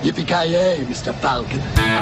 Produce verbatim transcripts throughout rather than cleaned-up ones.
Yippee-ki-yay, mister Falcon.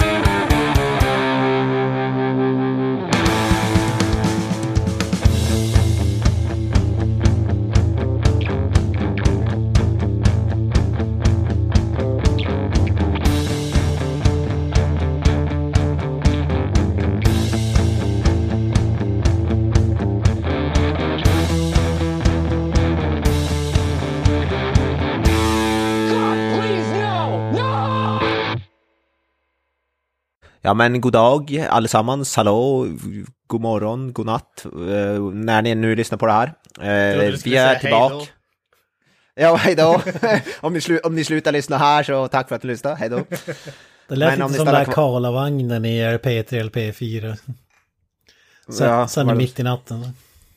Ja, men god dag allesammans, hallå, god morgon, god natt, uh, när ni nu lyssnar på det här. Uh, vi är tillbaka. Ja, hej då. om, ni slu- om ni slutar lyssna här så tack för att ni lyssnade, hej då. Det lät lite som där Karlavagnen i R P tre eller P fyra. Sen, ja, sen är mitt i natten.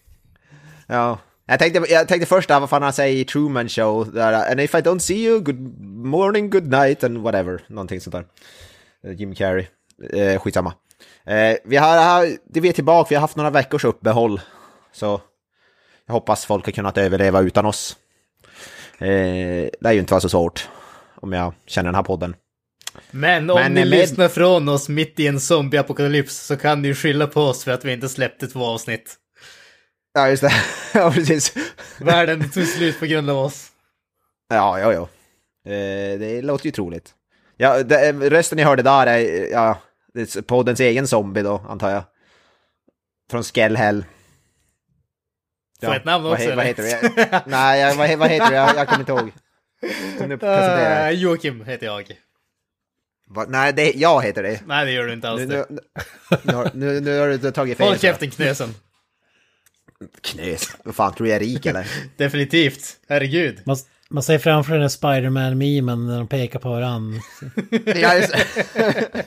Ja. Jag tänkte, jag tänkte först där, vad fan han säger i Truman Show där, and if I don't see you, good morning, good night and whatever, någonting sånt där. Jim Carrey. Eh, skitsamma. Eh, vi har, det vi är tillbaka, vi har haft några veckors uppehåll. Så jag hoppas folk har kunnat överleva utan oss. Eh, det är ju inte var så svårt om jag känner den här podden. Men om Men, ni med... lyssnar från oss mitt i en zombieapokalyps så kan ni ju skylla på oss för att vi inte släppte två avsnitt. Ja, just det. Ja, precis. Världen tog slut på grund av oss. Ja, ja, ja. Eh, det låter ju troligt. Ja, det, rösten ni hörde där är ja, poddens egen zombie då, antar jag. Från Skellhäll. Ja, får ett namn också, vad, vad heter du? Nej, jag, vad, vad heter du? Jag, jag kommer inte ihåg. Uh, Joakim heter jag. Va? Nej, det, jag heter det. Nej, det gör du inte alls. Nu, nu, nu, nu, nu har du tagit fel. Håll käften, Knösen. Knös? Vad fan, tror jag är rik eller? Definitivt, herregud. Man, man ser framför den här Spider-Man-memen när de pekar på varandra. Ja, just det.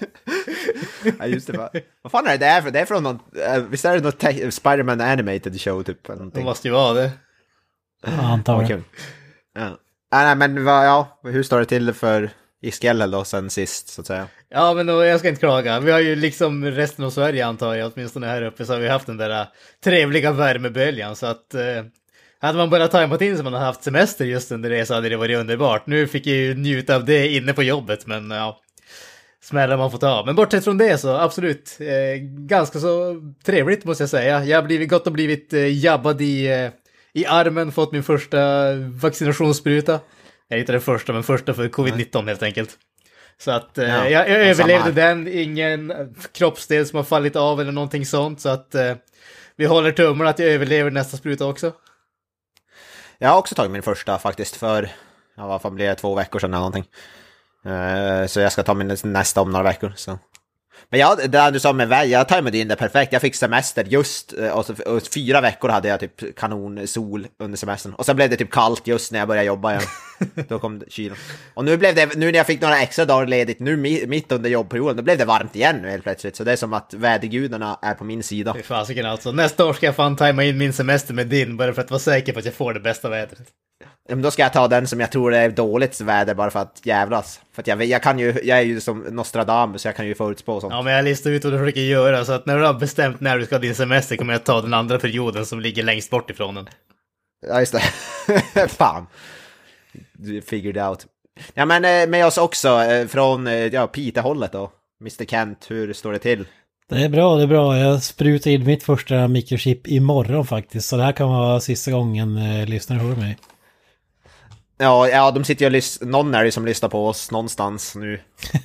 Ja, just det. Vad, vad fan är det där för? Det är från någon... Visst är det något te- Spider-Man animated show typ? Eller någonting. Det måste ju vara det. Ja, antagligen. Ja. Ja, nej, men vad, ja, hur står det till för i Skellhäll då sen sist, så att säga? Ja, men då, jag ska inte klaga. Vi har ju liksom resten av Sverige, antar jag, åtminstone här uppe, så har vi haft den där trevliga värmeböljan, så att... Eh, hade man bara tajmat in som man har haft semester just under det så hade det varit underbart. Nu fick jag ju njuta av det inne på jobbet, men ja, smällar man får ta. Men bortsett från det så absolut, eh, ganska så trevligt måste jag säga. Jag har blivit, gott och blivit eh, jabbad i, eh, i armen, fått min första vaccinationsspruta. Jag är inte den första, men första för covid nitton helt enkelt. Så att eh, ja, jag, jag överlevde den, ingen kroppsdel som har fallit av eller någonting sånt. Så att eh, vi håller tummarna att jag överlever nästa spruta också. Jag har också tagit min första faktiskt för, ja, vad fan blir det, två veckor sedan eller någonting. Uh, så jag ska ta min nästa om några veckor. Så. Men ja, det du sa med väg, jag tajmade in det perfekt. Jag fick semester just, och, så, och fyra veckor hade jag typ kanonsol under semestern. Och sen blev det typ kallt just när jag började jobba igen. Då kom kylan. Och nu blev det, nu när jag fick några extra dagar ledigt, nu mitt under jobbperioden, då blev det varmt igen nu helt plötsligt. Så det är som att vädergudarna är på min sida. Det är fasiken alltså. Nästa år ska jag fan tajma in min semester med din, bara för att vara säker på att jag får det bästa vädret. Men då ska jag ta den som jag tror är dåligt väder bara för att jävlas. För att jag, jag kan ju, jag är ju som Nostradamus så jag kan ju förutspå och sånt. Ja, men jag listar ut vad du försöker göra, så att när du har bestämt när du ska ha din semester kommer jag ta den andra perioden som ligger längst bort ifrån den. Ja, just det. Fan. Du figured out. Ja, men med oss också från ja, Piteå-hållet då. mister Kent, hur står det till? Det är bra, det är bra. Jag sprutar in mitt första mikrochip imorgon faktiskt. Så det här kan vara sista gången eh, lyssnar hör mig. Ja, ja, de sitter ju och lyssnar. Någon är det som lyssnar på oss någonstans nu.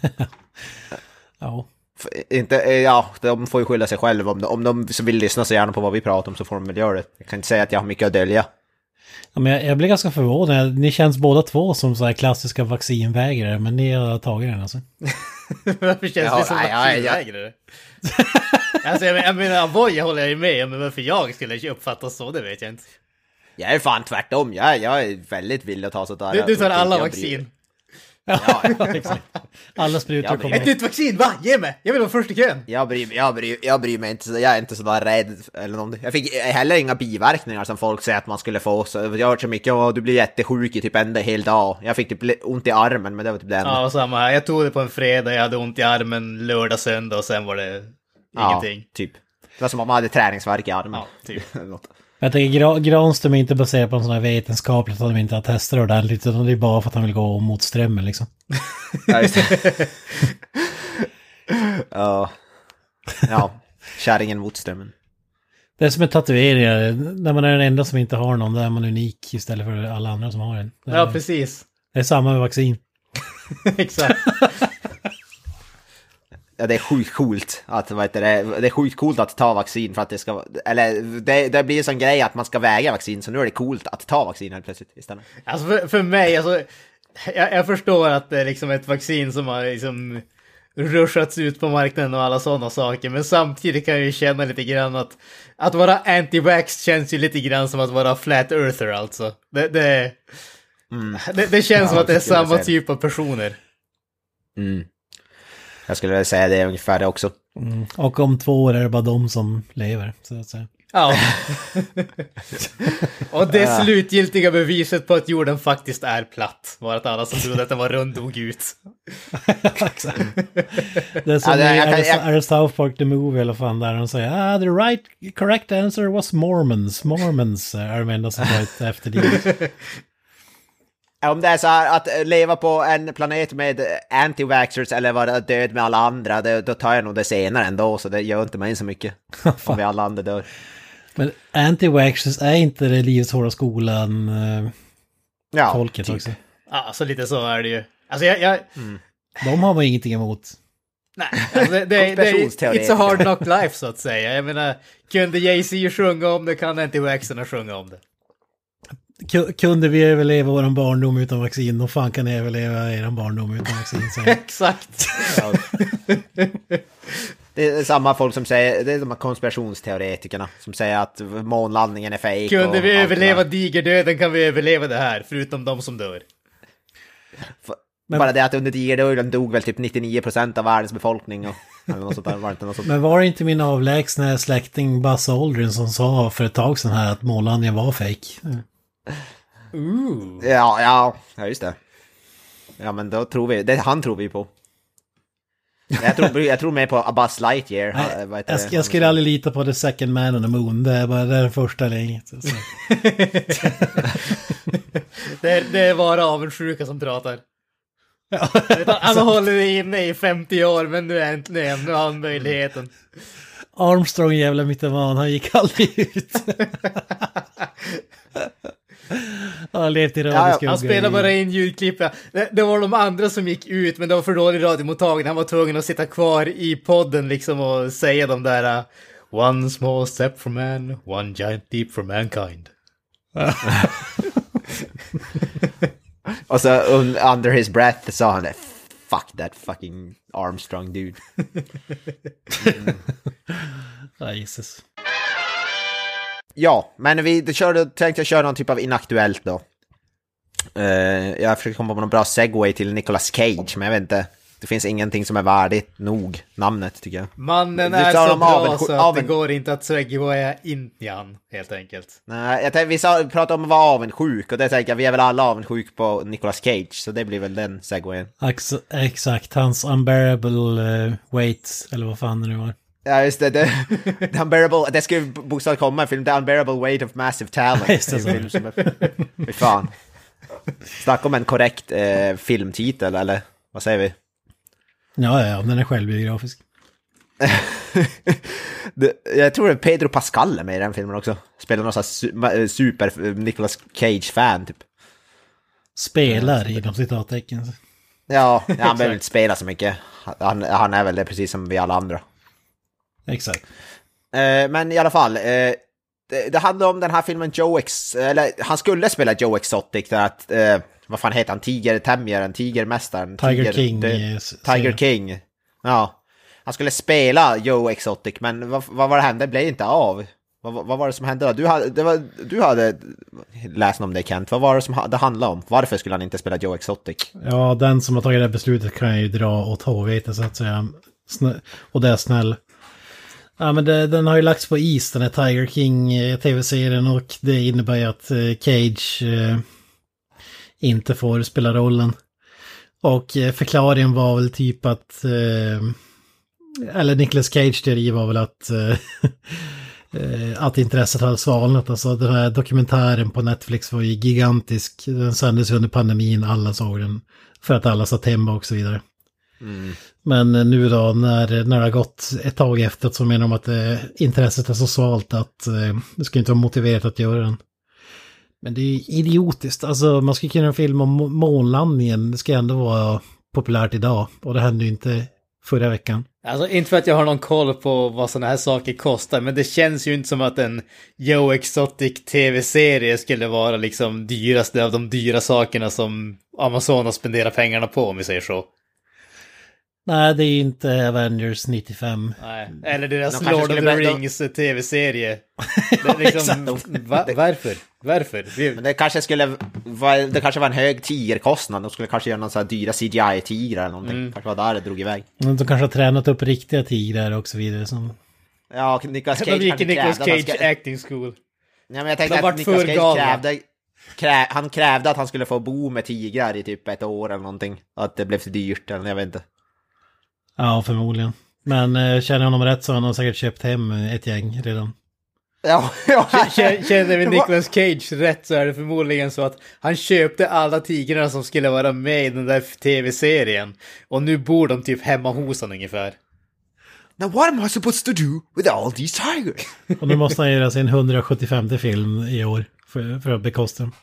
Ja. Inte, ja, de får ju skylla sig själva. Om de, om de vill lyssna så gärna på vad vi pratar om så får de väl göra det. Jag kan inte säga att jag har mycket att dölja. Ja, men jag, jag blir ganska förvånad. Ni känns båda två som så här klassiska vaccinvägrare, men ni har tagit den alltså. Varför känns ja, vi som vaccinvägrare? Alltså jag, jag menar, Avoya håller jag ju med, men varför jag skulle uppfattas så, det vet jag inte. Jag är fan tvärtom, jag, jag är väldigt villig att ta sådär. Du, du tar alla vaccin. Ja, ja, exakt. Alla sprutor kommer. Ett nytt vaccin, va? Ge mig! Jag vill vara först i kön. Jag bryr, jag bryr, jag bryr mig inte, jag är inte sådär rädd eller någonting. Jag fick heller inga biverkningar som folk säger att man skulle få. Så jag har hört så mycket, och du blir jättesjuk i typ en hel dag. Jag fick typ ont i armen, men det var typ det enda. Ja, samma här. Jag tog det på en fredag, jag hade ont i armen lördag, söndag och sen var det ingenting. Ja, typ. Det var som om man hade träningsvärk i armen. Ja, typ. Jag tänker Gra- Granström är inte baserad på en sån här vetenskapligt att de inte har testat ordentligt, utan det är bara för att han vill gå mot strömmen liksom. Ja, just det. Ja. Ja, kärringen mot strömmen. Det är som en tatuering, när man är den enda som inte har någon, där är man unik istället för alla andra som har en. Det är, ja, precis. Det är samma med vaccin. Exakt. Ja, det är sjukt coolt att, vad heter det, det är sjukt coolt att ta vaccin för att det ska, eller det, det blir en sån grej att man ska väga vaccin, så nu är det coolt att ta vaccin helt plötsligt istället. Alltså för, för mig, alltså, jag, jag förstår att det är liksom ett vaccin som har liksom rushats ut på marknaden och alla sådana saker, men samtidigt kan jag ju känna lite grann att att vara anti-vax känns ju lite grann som att vara flat earther alltså. Det, det, mm. det, det känns ja, som att det är samma typ av personer. Mm. Jag skulle väl säga det ungefär det också. Mm. Och om två år är det bara de som lever, så att säga. Ja. Och det slutgiltiga beviset på att jorden faktiskt är platt var att alla som trodde att den var rund dog ut. Exakt. Det är som ja, det, är, kan, jag... är det South Park the Movie eller fan där de säger ah, the right correct answer was Mormons. Mormons är de enda som varit efter det. Om det är så här att leva på en planet med anti-vaxxers eller vara död med alla andra, det, då tar jag nog det senare ändå, så det gör inte mig så mycket om vi alla andra dör. Men anti-vaxxers är inte det livets hårda skolan äh, ja, folket typ. Också? Ja, så lite så är det ju. Alltså jag... jag... Mm. De har man ingenting emot. Nej, alltså det, det, det, it's a hard knock life så att säga. Jag menar, kunde Jay-Z sjunga om det, kan anti-vaxxerna sjunga om det. Kunde vi överleva vår barndom utan vaccin, då fan kan ni överleva er barndom utan vaccin. Exakt. Ja. Det är samma folk som säger, det är de här konspirationsteoretikerna som säger att månlandningen är fake. Kunde vi överleva digerdöden kan vi överleva det här, förutom de som dör. Men, bara det att under digerdöden dog väl typ nittionio procent av världens befolkning och eller något sånt där, var inte något sånt. Men var det inte min avlägsna släkting Buzz Aldrin som sa för ett tag sedan här att månlandningen var fake? Mm. Ooh. Ja, ja, ja, just det. Ja, men då tror vi, det han tror vi på. Jag tror, jag tror mer på Buzz Lightyear. Nej, jag, jag, jag skulle aldrig lita på The Second Man on the Moon. Det är bara det är den första länge. det, är, det är bara avundsjuka som pratar. Ja, han håller det inne i femtio år, men nu äntligen, nu har han möjligheten. Armstrong jävla mitteman, han gick aldrig ut. Han levt i ja, han spelade bara in ljudklipp. Det, det var de andra som gick ut, men det var för dålig radiomottagning. Han var tvungen att sitta kvar i podden liksom och säga de där uh, one small step for man, one giant leap for mankind. Och så under his breath sa han det, fuck that fucking Armstrong dude. Mm. Ah, Jesus. Ja, men vi körde, tänkte jag köra någon typ av inaktuellt då. Uh, jag försöker komma på någon bra segway till Nicolas Cage, men jag vet inte. Det finns ingenting som är värdigt nog namnet, tycker jag. Mannen är så bra aven, så att aven... det går inte att segwaya in i han, helt enkelt. Nej, jag tänkte, vi sa, pratade om att vara avundsjuk, och det tänker jag, vi är väl alla avundsjuk på Nicolas Cage, så det blir väl den segwayen. Ex- exakt, hans unbearable uh, weight, eller vad fan det nu var. Ja, just det. Det, the unbearable, det skulle bokstavligt komma en film, The Unbearable Weight of Massive Talent. Just det, film som är, fan. Snacka om en korrekt eh, filmtitel, eller vad säger vi? Ja, ja, den är självbiografisk. det, jag tror det är Pedro Pascal med i den filmen också. Spelar någon sån här super Nicolas Cage-fan, typ. Spelar inom citattecken. Ja, ja, han behöver inte spela så mycket. Han, han är väl det precis som vi alla andra. Exakt. Eh, men i alla fall, eh, det, det handlar om den här filmen Joe Ex... Eller han skulle spela Joe Exotic, där att... Eh, vad fan heter han? Tiger Tämjaren, Tigermästaren, Tiger, Tiger King. De, Tiger King. Ja. Han skulle spela Joe Exotic, men vad, vad var det hände? Det blev inte av. Vad, vad var det som hände då? Du hade, det var, du hade läst om det, Kent. Vad var det som det handlade om? Varför skulle han inte spela Joe Exotic? Ja, den som har tagit det beslutet kan ju dra åt helvete, så att säga. Snä, och det är snäll. Ja, men det, den har ju lagts på is, den här Tiger King-tv-serien, och det innebär ju att eh, Cage eh, inte får spela rollen. Och eh, förklaringen var väl typ att, eh, eller Nicolas Cage teori var väl att eh, eh, att intresset hade svalnat. Alltså den här dokumentären på Netflix var ju gigantisk. Den sändes under pandemin, alla såg den. För att alla satt hemma och så vidare. Mm. Men nu då, när, när det har gått ett tag efter, så menar de att eh, intresset är så svalt att eh, det ska inte vara motiverat att göra den. Men det är idiotiskt. Alltså man ska kunna göra en film om månlandningen. Det ska ändå vara populärt idag. Och det hände ju inte förra veckan. Alltså inte för att jag har någon koll på vad sådana här saker kostar. Men det känns ju inte som att en Joe Exotic tv-serie skulle vara liksom dyraste av de dyra sakerna som Amazon har spenderat pengarna på, om vi säger så. Nej, det är inte Avengers nittiofem. Nej. Eller deras de Lord of the bli... Rings tv-serie. liksom... Va? Varför? Varför? Men det kanske skulle vara, det kanske var en hög tigerkostnad. De skulle kanske göra någon sån här dyra C G I-tigrar eller någonting. Mm. Kanske var där det drog iväg. De kanske har tränat upp riktiga tigrar och så vidare. Som... Ja, Nicolas Cage de gick i Nicolas Cage ska... acting school. Ja, men jag tänkte att Nicolas Cage krävde, krä... han krävde att han skulle få bo med tigrar i typ ett år eller någonting. Att det blev för dyrt eller jag vet inte. Ja, förmodligen. Men eh, känner jag honom rätt så har han säkert köpt hem ett gäng redan. Ja, ja. Känner vi Nicolas Cage rätt så är det förmodligen så att han köpte alla tigrarna som skulle vara med i den där tv-serien. Och nu bor de typ hemma hos honom ungefär. Now what am I supposed to do with all these tigers? Och nu måste han göra sin hundrasjuttiofemte film i år för, för att bekosta dem.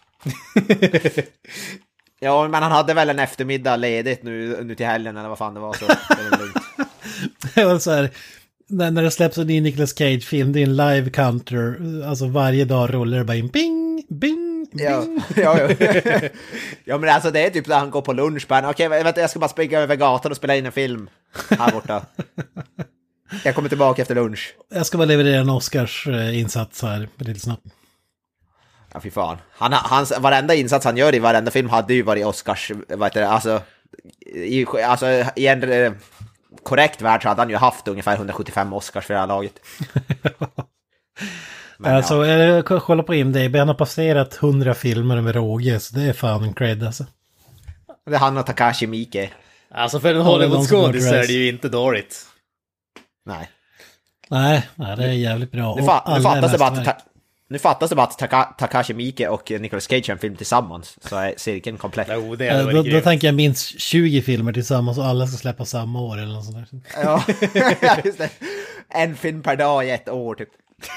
Ja, men han hade väl en eftermiddag ledigt nu, nu till helgen eller vad fan det var, så det är lugnt. Det var så här, när, när det släpps en ny Nicolas Cage-film, det är en live counter, alltså varje dag rullar det bara in bing, bing, bing. Ja, ja, ja. Ja, men alltså det är typ när han går på lunch, bara, okej, okay, jag ska bara springa över gatan och spela in en film här borta. Jag kommer tillbaka efter lunch. Jag ska bara leverera en Oscars insats här lite snabbt. Ja, fy fan. Han, hans, varenda insats han gör i varenda film hade ju varit Oscars, vad heter det, alltså i, alltså i en eh, korrekt värld så hade han ju haft ungefär hundrasjuttiofem Oscars för det här laget. Men, alltså, ja. jag kollar på I M D B, han har passerat hundra filmer med råge, så det är fan en cred alltså. Det är han och Takashi Miike. Alltså för en Hollywood-skådis är det ju inte dåligt. Nej. Nej, nej, det är jävligt bra. Nu, fa- nu fattas det bara att ta- Nu fattas det bara att Taka- Takashi Miike och Nicolas Cage är en film tillsammans. Så är cirkeln komplett. Jo, det är då, då tänker jag minst tjugo filmer tillsammans och alla ska släppa samma år eller något sånt där. Ja, just det. En film per dag i ett år typ.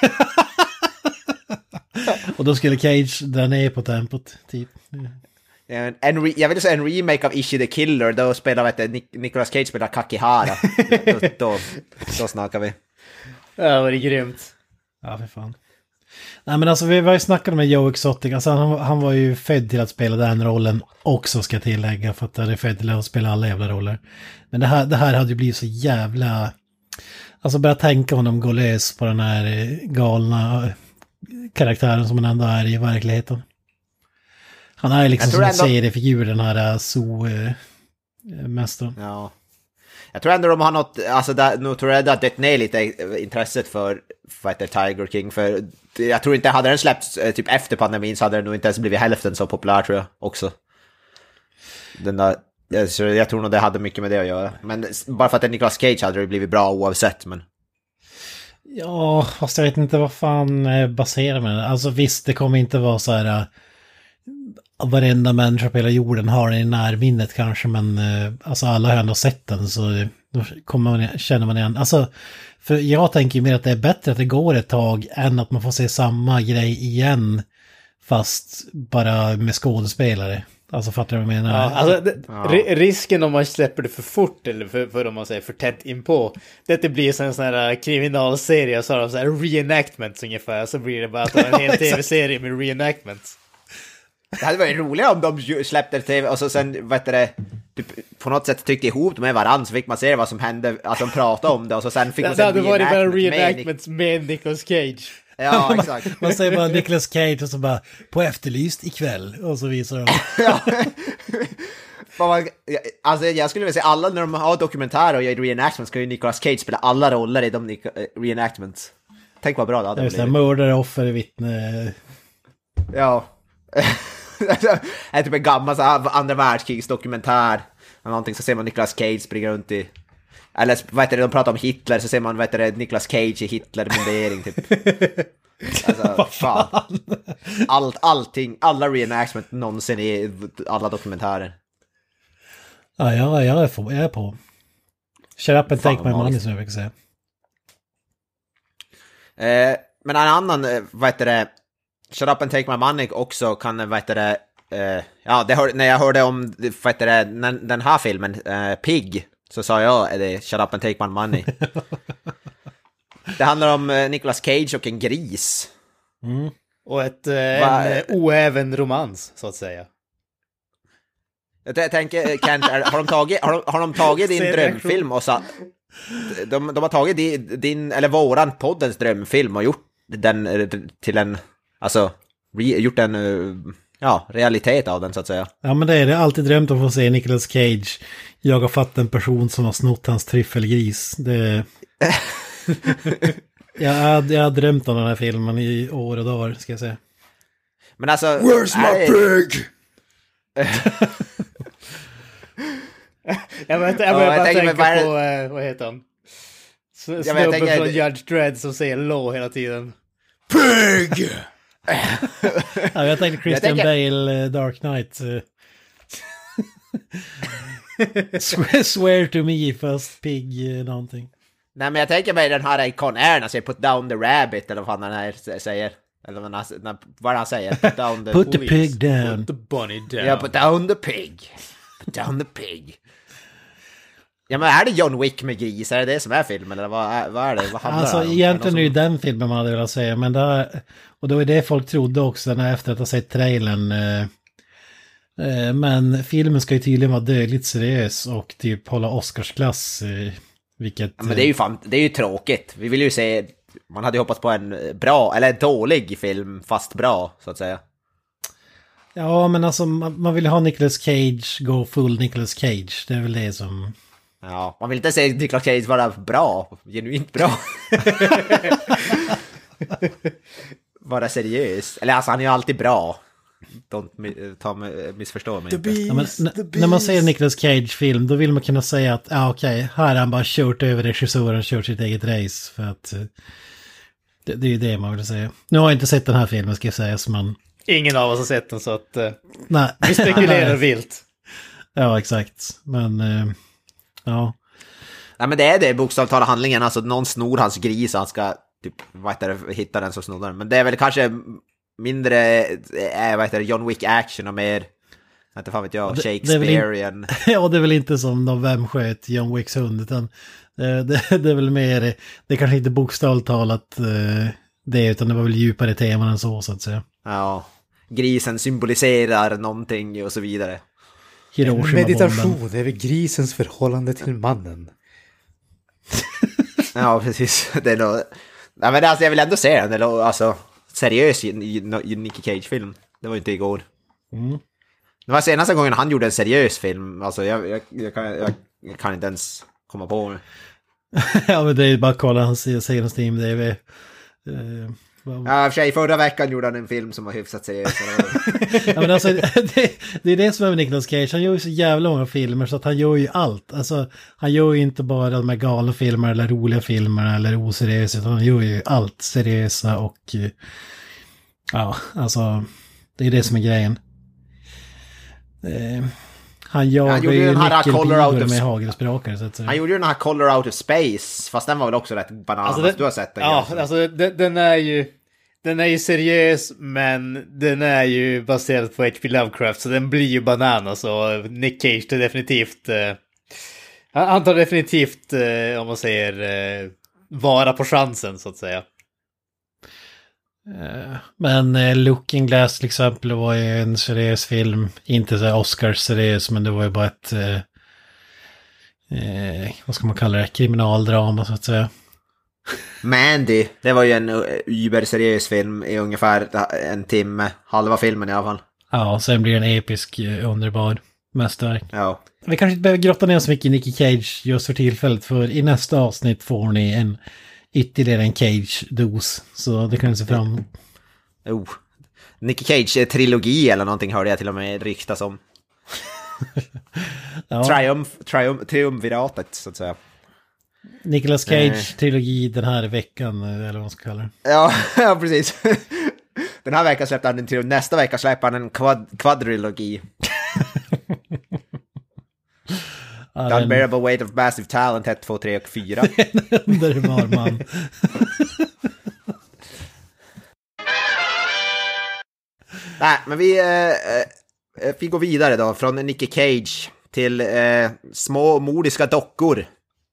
Och då skulle Cage dra ner på tempot typ. En, en re- jag vill säga en remake av Ishi the Killer. Då spelar vet du, Nic- Nicolas Cage spelar Kakihara. då, då, då snackar vi. Ja, det är grymt. Ja, för fan. Nej, men alltså vi var ju snackade med Joe Exotic. Alltså han, han var ju född till att spela den rollen också, ska tillägga, för att han är född till att spela alla jävla roller. Men det här, det här hade ju blivit så jävla... Alltså bara tänka honom gå lös på den här galna karaktären som han ändå är i verkligheten. Han är liksom som en ändå... seriefigur, den här zoo-mästaren. Ja. Jag tror ändå de har något, alltså där, nu tror jag det har dött ner lite intresset för Fighter Tiger King, för jag tror inte, hade den släppts typ efter pandemin så hade den nog inte ens blivit hälften så populär tror jag också. Den där, jag, jag tror nog det hade mycket med det att göra, men bara för att det är Nicolas Cage hade det blivit bra oavsett, men... Ja, fast jag vet inte vad fan baserar med det. Alltså visst, det kommer inte vara så här... Varenda människa på hela jorden har den i närminnet kanske, men alltså alla har ändå sett den, så då kommer man, känner man igen. Alltså, för jag tänker mer att det är bättre att det går ett tag än att man får se samma grej igen, fast bara med skådespelare. Alltså fattar du vad jag menar? Ja, alltså, det, ja. Risken om man släpper det för fort eller för, för om man säger för tätt inpå, det att det blir en sån här kriminalserie så har de så här reenactments ungefär, så blir det bara att en hel tv-serie med reenactments. Det hade varit roligt om de släppte tv och så sen, vet du det, typ, på något sätt tyckte ihop med varandra så fick man se vad som hände, alltså de pratade om det och så sen fick man se det hade varit bara reenactments med, med Nicolas Cage. Ja, exakt. Man säger bara Nicolas Cage och så bara på Efterlyst ikväll och så visar de. Ja. Alltså jag skulle vilja säga alla när de har dokumentärer och gör reenactments ska ju Nicolas Cage spela alla roller i de reenactments. Tänk vad bra det hade blivit. Just det, mördare, offer, vittne. Ja. Det är typ en gammal så här, andra världskrigs dokumentär eller någonting, så ser man Nicolas Cage springa runt i Eller vad heter det, de pratar om Hitler så ser man vad heter det, Nicolas Cage i Hitler-mundering typ. Alltså, fan. Allt, allting, alla reenactment någonsin i alla dokumentärer. Ja, jag, jag, är, på, jag är på. Shut up and Fan, take my money som jag fick säga. Eh, men en annan, eh, vad heter det, Shut up and take my money också kan, vad heter det, eh, ja, det hör, när jag hörde om, vad heter det, den, den här filmen, eh, Pig, så sa jag, är det Shut up and take my money. Det handlar om eh, Nicolas Cage och en gris. Mm. Och ett, eh, en eh, oäven romans, så att säga. Jag tänker, Kent, är, har de tagit, har de, har de tagit din drömfilm och så, de, de har tagit din, din, eller våran poddens drömfilm och gjort den till en, alltså, re, gjort en, ja, realitet av den så att säga. Ja, men det är det. Alltid drömt om att få se Nicolas Cage jaga fatt en person som har snott hans tryffelgris. Det... jag, har, jag har drömt om den här filmen i år och dagar, ska jag säga. Men alltså... Where's my är... pig? jag vet, jag oh, bara jag tänker, tänka vad, på, eh, vad heter han? S- ja, snubben tänker... från Judge Dredd som säger law hela tiden. Pig! Ja, jag tänkte Christian jag tänker... Bale, uh, Dark Knight. Uh... swear, swear to me, fast pig uh, någonting. Nej, men jag tänker mig den här Con Air, han säger put down the rabbit, eller vad han här säger. Eller vad han, vad han säger. Put down the, put the pig down. Put the bunny down. Ja, put down the pig. Put down the pig. Ja, men är det John Wick med gris? Är det det som är filmen? Eller vad är, vad är det? Vad handlar alltså, det om? egentligen är det ju som... den filmen man hade velat säga. Men det, och det var det folk trodde också när efter att ha sett trailern. Eh, eh, men filmen ska ju tydligen vara dödligt seriös och typ hålla Oscarsklass. Eh, vilket... Ja, men det är ju fan, det är ju tråkigt. Vi vill ju se... Man hade ju hoppats på en bra, eller dålig film, fast bra, så att säga. Ja, men alltså man, man vill ha Nicolas Cage gå full Nicolas Cage. Det är väl det som... Ja, man vill inte se Nicolas Cage vara bra, genuint bra. Vara seriös. Eller alltså, han är ju alltid bra. Don't ta mig, missförstå mig. Beast, ja, men, n- när man ser Nicolas Cage-film, då vill man kunna säga att ja, okej, okay, här har han bara kört över regissören och kört sitt eget race. För att det, det är ju det man vill säga. Nu har jag inte sett den här filmen, ska jag säga, som man... Ingen av oss har sett den, så att uh, nej. vi spekulerar vilt. Ja, exakt. Men, uh, ja. Nej, men det är det, bokstavtala handlingen. Alltså, någon snor hans gris och han ska typ, vad heter det, hitta den som snor den. Men det är väl kanske mindre, äh, vad heter det, John Wick action och mer, inte fan vet jag, Shakespearean. In... ja, det är väl inte som de vem sköt John Wicks hund, utan det, det, det är väl mer, det är kanske inte bokstavligt talat uh, det, utan det var väl djupare teman än så, så att säga. Ja, grisen symboliserar någonting och så vidare. Meditation över grisens förhållande till mannen. Ja, precis. Det är nog... Nej, men alltså, jag vill ändå se den. Det är alltså seriös Nicky Cage-film. Det var ju inte igår. Mm. Det var senaste gången han gjorde en seriös film. Alltså, jag, jag, jag, kan, jag, jag kan inte ens komma på det. Ja, men det är bara att kolla hans senaste I M D B. Uh, Ja, för sig, förra veckan gjorde han en film som var hyfsat seriös. Ja, men alltså, det, det är det som är med Nicolas Cage. Han gör ju så jävla många filmer så att han gör ju allt. Alltså, han gör ju inte bara de här galna filmer eller roliga filmer eller oseriösa, utan han gör ju allt seriösa och ja, alltså det är det som är grejen. Eh, han jagar han ju nyckelpigor med hagelsprakare, så att säga. Han gjorde ju den här Color Out of Space, fast den var väl också rätt banan. Alltså det, du har sett den. Ja, kanske. alltså den, den är ju den är ju seriös, men den är ju baserad på H P Lovecraft, så den blir ju banan. Så Nick Cage tar definitivt eh, han tar definitivt eh, om man säger eh, vara på chansen, så att säga. Men eh, Looking Glass till exempel var ju en seriös film. Inte så Oscars seriös, men det var ju bara ett eh, eh, vad ska man kalla det? Kriminaldrama, så att säga. Mandy, det var ju en überseriös film i ungefär en timme. Halva filmen i alla fall. Ja, sen blir det en episk, underbar mästerverk. Ja. Vi kanske inte behöver grotta ner så mycket i Nicky Cage just för tillfället, för i nästa avsnitt får ni en ytterligare en Cage-dos. Så det kan ni se fram emot. Oh. Nicky Cage-trilogi eller någonting hörde jag till och med ryktas om. Ja. Triumph, triumph, triumviratet, så att säga. Nicolas Cage-trilogi den här veckan, eller vad man ska kalla det. Ja, ja precis. Den här veckan släppte han en trilogi, nästa vecka släpper han en quad quadrilogi. Ja, The Unbearable Weight of Massive Talent ett, två, tre och fyra. Underbar man. Nej, men vi, eh, vi går vidare då från Nicky Cage till eh, små modiska dockor.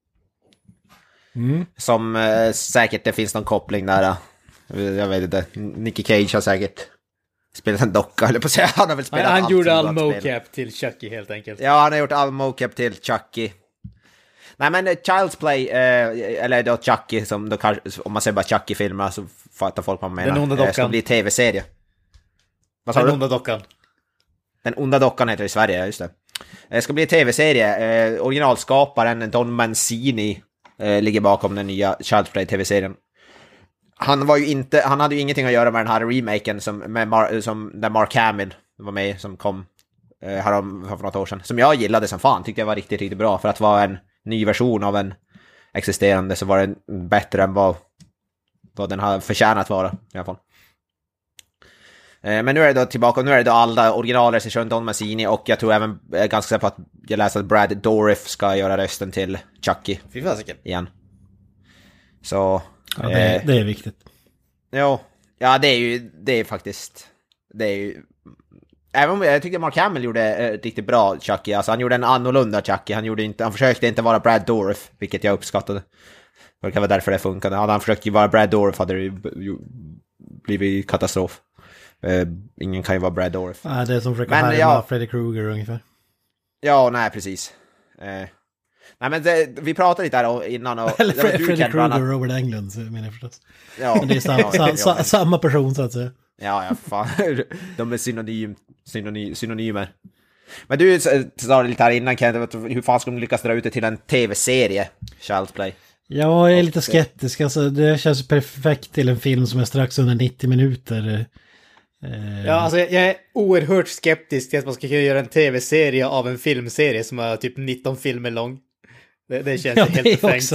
Mm. Som eh, säkert det finns någon koppling där. Jag vet inte. Nicky Cage har säkert spelat en docka, eller på att säga. Han har väl spelat Han, han allt gjorde all som går att spela. mocap till Chucky helt enkelt. Ja, han har gjort all mocap till Chucky. Nej, men uh, Child's Play, uh, eller då Chucky, som då kanske, om man säger bara Chucky-filmer så fattar folk vad man menar. Den onda dockan. Det ska bli tv-serie. Vad sa Den du? onda dockan. Den onda dockan heter det i Sverige, ja, just det. Det ska bli tv-serie. Uh, originalskaparen Don Mancini uh, ligger bakom den nya Child's Play tv-serien. Han var ju inte, han hade ju ingenting att göra med den här remaken som, med Mar, som där Mark Hamill var med, som kom uh, här för något år sedan. Som jag gillade som fan, tyckte jag var riktigt, riktigt bra. För att vara en ny version av en existerande så var den bättre än vad, vad den har förtjänat vara i alla fall. Men nu är det då tillbaka, nu är det då alla originalregissören Don Mancini, och jag tror även, jag är ganska säker på att jag läste att Brad Dourif ska göra rösten till Chucky. Fy fasiken. Igen. Så... Ja, det, är, eh, det är viktigt. Jo, ja det är ju, det är faktiskt, det är ju... Även om jag tyckte Mark Hamill gjorde eh, riktigt bra Chucky, alltså han gjorde en annorlunda Chucky, han, gjorde inte, han försökte inte vara Brad Dourif, vilket jag uppskattade. Det kan vara därför det funkade. Hade han försökt vara Brad Dourif hade det ju, ju blivit katastrof. Uh, ingen kan ju vara Brad Dourif. Ja, det är som försöker men, härma ja, Freddy Krueger ungefär. Ja, nej precis. Uh, nej men det, vi pratade lite här innan. Och, Eller Fre- du, Freddy Ken, Krueger och annat... Robert Englund, så menar jag förstås. Ja, men det är sam- ja, sa- ja, sa- ja. samma person så att säga. Ja, ja, fan. De är synonym, synonym, synonymer. Men du sa lite här innan, Ken, hur fan ska de lyckas dra ut det till en tv-serie, Child's Play? Ja, jag är lite skeptisk. Alltså, det känns perfekt till en film som är strax under nittio minuter. Eh... Ja, alltså jag är oerhört skeptisk till att man ska kunna göra en tv-serie av en filmserie som är typ nitton filmer lång. Det, det känns ja, helt det befängt.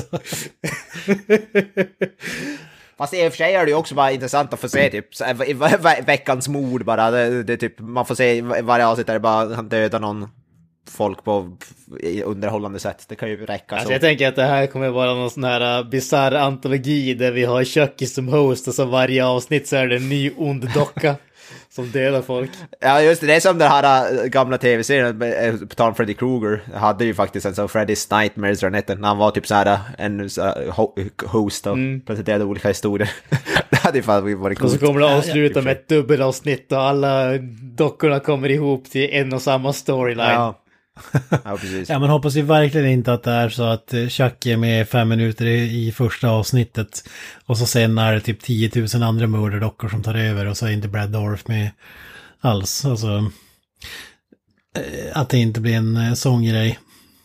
Fast i och för sig är det ju också bara intressant att få se typ ve- ve- veckans mord bara. Det, det typ, man får se varje avsnitt där det bara han dödar någon folk på underhållande sätt. Det kan ju räcka. Alltså så. jag tänker att det här kommer vara någon sån här uh, bizarr antologi där vi har Chucky som host och så varje avsnitt så är det en ny ond docka som dödar folk. Ja just det, det är som den här äh, gamla tv-serien på tal om Freddy Krueger. Jag hade ju faktiskt en sån Freddy's Nightmares när han var typ så här en så här, ho- host och mm. presenterade olika historier. Det hade ju fan varit coolt. Och så kommer det avsluta med ett dubbelavsnitt och alla dockorna kommer ihop till en och samma storyline. Ja. Ja, precis. Ja, men hoppas ju verkligen inte att det är så att Chuck är med fem minuter i, i första avsnittet och så sen är det typ tio tusen andra mördardockor som tar över och så är inte Brad Dourif med alls. Alltså att det inte blir en sån grej.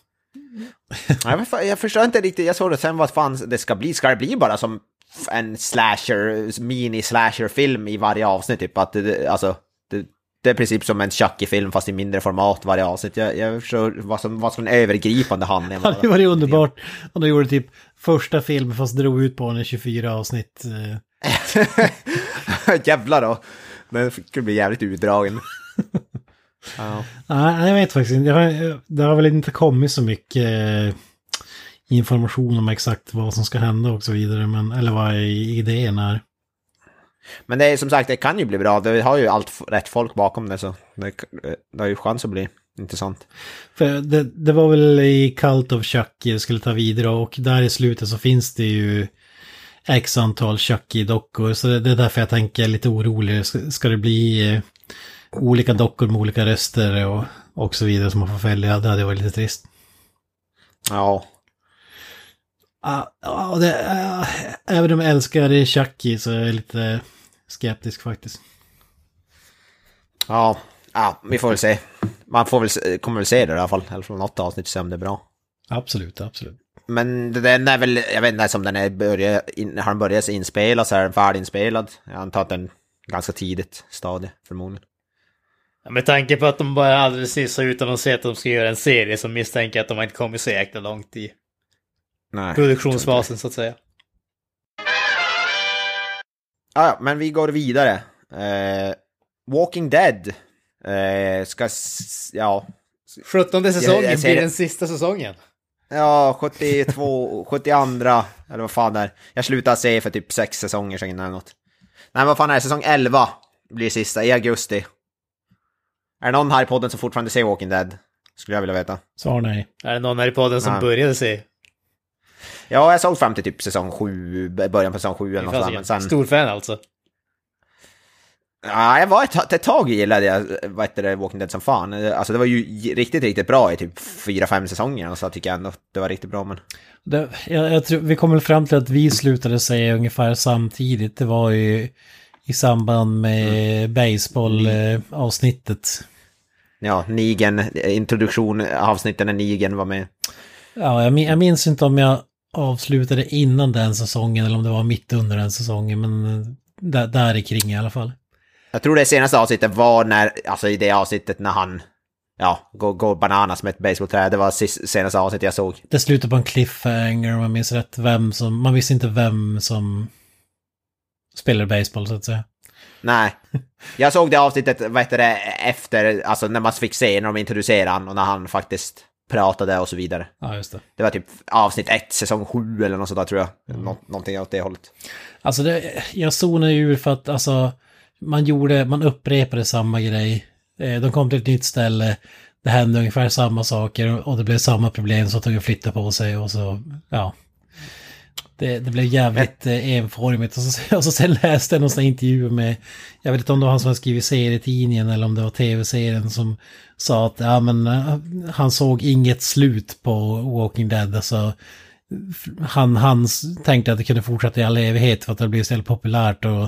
Jag förstår inte riktigt, jag såg det sen vad fan det ska bli. Ska det bli bara som en slasher, mini-slasher-film i varje avsnitt typ? Att det, alltså, det, det är i princip som en Chucky-film fast i mindre format varje avsnitt. Jag, jag förstår vad som, vad som en övergripande handling. Ja, det var ju underbart. Och då gjorde typ första film fast drog ut på en tjugofyra avsnitt. Jävlar då. Men det skulle bli jävligt utdragen. Ja. Nej, jag vet faktiskt inte. Har, det har väl inte kommit så mycket eh, information om exakt vad som ska hända och så vidare. Men, eller vad idén är. Men det är som sagt, det kan ju bli bra. Det har ju allt rätt folk bakom det, så det, det har ju chans att bli intressant. För det, det var väl i Cult of Chucky det skulle ta vidare, och där i slutet så finns det ju x antal Chucky-dockor. Så det, det är därför jag tänker lite orolig. Ska, ska det bli eh, olika dockor med olika röster och, och så vidare som man får följa? Det hade varit lite trist. Ja. Ja, uh, uh, det, uh, även om jag älskar Chucky så är jag lite skeptisk faktiskt. Ja, ja, vi får väl se. Man får väl, kommer väl se det i alla fall. I alla fall något avsnitt, se om det är bra. Absolut, absolut. Men den är väl, jag vet inte som den är börjat, in, har den börjat inspela så är den färdiginspelad. Jag antar att den ganska tidigt stadie förmodligen. Ja, med tanke på att de bara alldeles sist utan att se att de ska göra en serie så misstänker jag att de inte kommer så jäkla långt i. Nej, produktionsfasen så att säga. Ah, ja, men vi går vidare. Eh, Walking Dead eh, ska, s- ja... sjuttonde säsongen Jag- jag ser blir det. den sista säsongen. Ja, sjuttiotvå, sjuttiotvå, eller vad fan det är. Jag slutade se för typ sex säsonger sedan eller något. Nej, vad fan är det? Säsong elva blir sista i augusti. Är det någon här i podden som fortfarande ser Walking Dead? Skulle jag vilja veta. Svar nej. Är det någon här i podden som Nej. började se? Ja, jag såg fram till typ säsong sju, början på säsong sju eller något sånt där, men sen... Stor fan alltså. Ja, jag var ett, ett tag gillade jag, vad heter det, Walking Dead som fan. Alltså det var ju riktigt, riktigt bra i typ fyra, fem säsonger, och så tycker jag ändå det var riktigt bra, men... Det, jag, jag tror, vi kommer fram till att vi slutade säga ungefär samtidigt. Det var ju i samband med mm. baseball-avsnittet. Ja, Negan, introduktion, avsnitten när Negan var med. Ja, jag, jag minns inte om jag avslutade innan den säsongen eller om det var mitt under den säsongen, men där, där i kring i alla fall. Jag tror det senaste avsnittet var när, alltså i det avsnittet när han, ja, går, går bananas med ett baseballträd. Det var senaste avsnittet jag såg. Det slutade på en cliffhanger, om man minns rätt, vem som, man visste inte vem som spelar baseball så att säga. Nej, jag såg det avsnittet, vad heter det, efter, alltså när man fick se när de introducerade han och när han faktiskt pratade och så vidare. Ja, just det. Det var typ avsnitt ett, säsong sju eller något sådär tror jag. Mm. Nå- någonting åt det hållet. Alltså det, jag zonade ur för att alltså, man gjorde, man upprepade samma grej. De kom till ett nytt ställe, det hände ungefär samma saker och det blev samma problem så att de flyttade på sig och så, ja. Det, det blev jävligt eh, enformigt. Och så, och så sen läste jag någon sån intervju med, jag vet inte om det var han som hade skrivit serietidningen eller om det var tv-serien som sa att ja, men, uh, han såg inget slut på Walking Dead. Alltså, han, han tänkte att det kunde fortsätta i all evighet för att det blev så populärt. Och,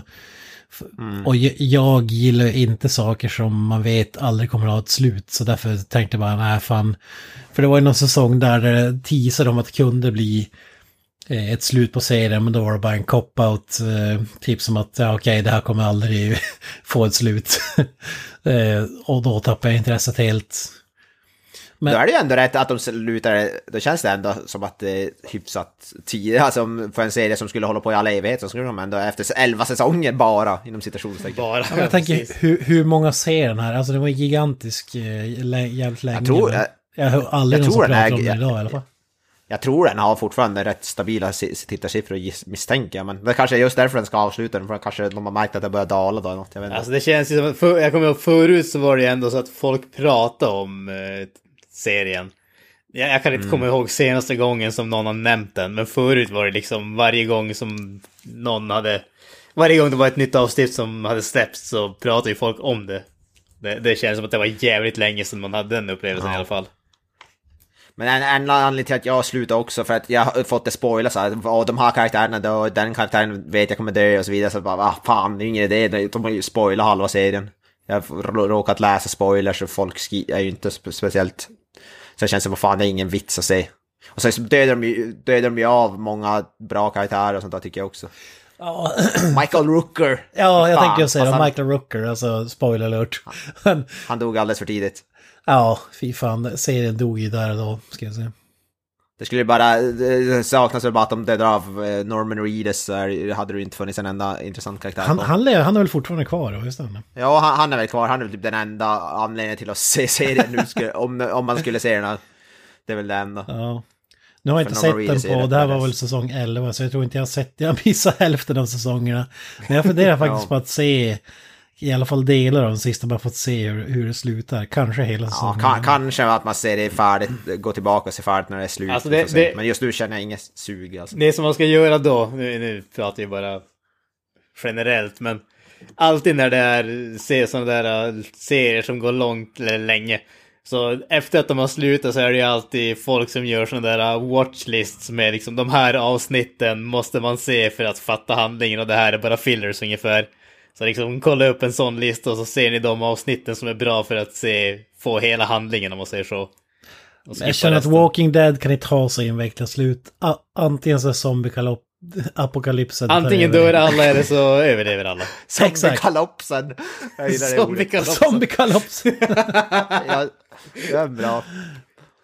mm. och jag, jag gillar inte saker som man vet aldrig kommer att ha ett slut. Så därför tänkte jag bara, nej fan. För det var ju någon säsong där det teasade om att det kunde bli ett slut på serien, men då var det bara en cop-out eh, typ som att ja, okej, det här kommer aldrig få ett slut. eh, och då tappar jag intresset helt. Men då är det ju ändå rätt att de slutar, då känns det ändå som att det är hyfsat tid, alltså för en serie som skulle hålla på i all evighet så skulle de ändå efter elva säsonger bara inom citationstecken. Bara. Ja, jag tänker hur, hur många ser den här? Alltså det var gigantisk eh, jävligt länge. Jag tror, jag, jag har aldrig jag någon tror som pratar är, om det jag, idag i alla fall. Jag tror den har fortfarande rätt stabila tittarsiffror misstänker jag, men det kanske är just därför den ska avsluta den, för kanske de har märkt att det börjar dala då eller något, jag vet inte. Alltså det känns ju som att, för, jag kommer ihåg förut så var det ju ändå så att folk pratade om eh, serien. Jag, jag kan inte mm. komma ihåg senaste gången som någon har nämnt den, men förut var det liksom varje gång som någon hade, varje gång det var ett nytt avsnitt som hade släppts så pratade ju folk om det. Det, det känns som att det var jävligt länge sedan man hade den upplevelsen ja. i alla fall. Men en, en anledning till att jag slutar också för att jag har fått det spoilat så här, och de här karaktärerna då, den karaktären vet jag kommer dö och så vidare, så bara, ah, fan, det är ingen idé, de har ju spoilat halva serien. Jag har råkat läsa spoilers och folk är ju inte spe- speciellt, så det känns som att fan, det är ingen vits att se. Och så dödar de ju, dödar de ju av många bra karaktärer och sånt där tycker jag också. Ja. Michael Rooker. Ja, jag tänkte ju säga alltså, Michael Rooker, alltså spoiler alert. Han, han dog alldeles för tidigt. Ja, fy fan, serien dog ju där då, ska jag säga. Det skulle bara, det saknas väl bara att de dödar av Norman Reedus, så hade det inte funnits en enda intressant karaktär. Han, han, är, han är väl fortfarande kvar då, just det? Ja, han, han är väl kvar, han är väl typ den enda anledningen till att se serien nu, skulle, om, om man skulle se den. Det är väl det enda. Ja. Nu har jag inte sett den på, det här var väl säsong elva, så jag tror inte jag har sett, jag missade hälften av säsongerna. Men jag funderar faktiskt ja. på att se i alla fall delar av den sista, bara för att se hur, hur det slutar. Kanske hela säsongen. Ja, kan, kanske att man ser det färdigt, gå tillbaka och se färdigt när det är slut. Alltså det, det, men just nu känner jag inget sug. Alltså. Det som man ska göra då, nu, nu pratar jag bara generellt, men alltid när det är se sådana där serier som går långt eller länge, så efter att de har slutat så är det ju alltid folk som gör sådana där watchlists med liksom de här avsnitten måste man se för att fatta handlingen och det här är bara fillers ungefär. Så liksom kolla upp en sån lista och så ser ni de avsnitten som är bra för att se, få hela handlingen om man säger så. Jag känner resten. Att Walking Dead kan inte ha sig en veckla slut. A- antingen så är zombie-apokalypsen. Antingen dör alla eller så överlever alla. Zombie-kalopsen. Zombie-kalopsen. Ja, det är bra.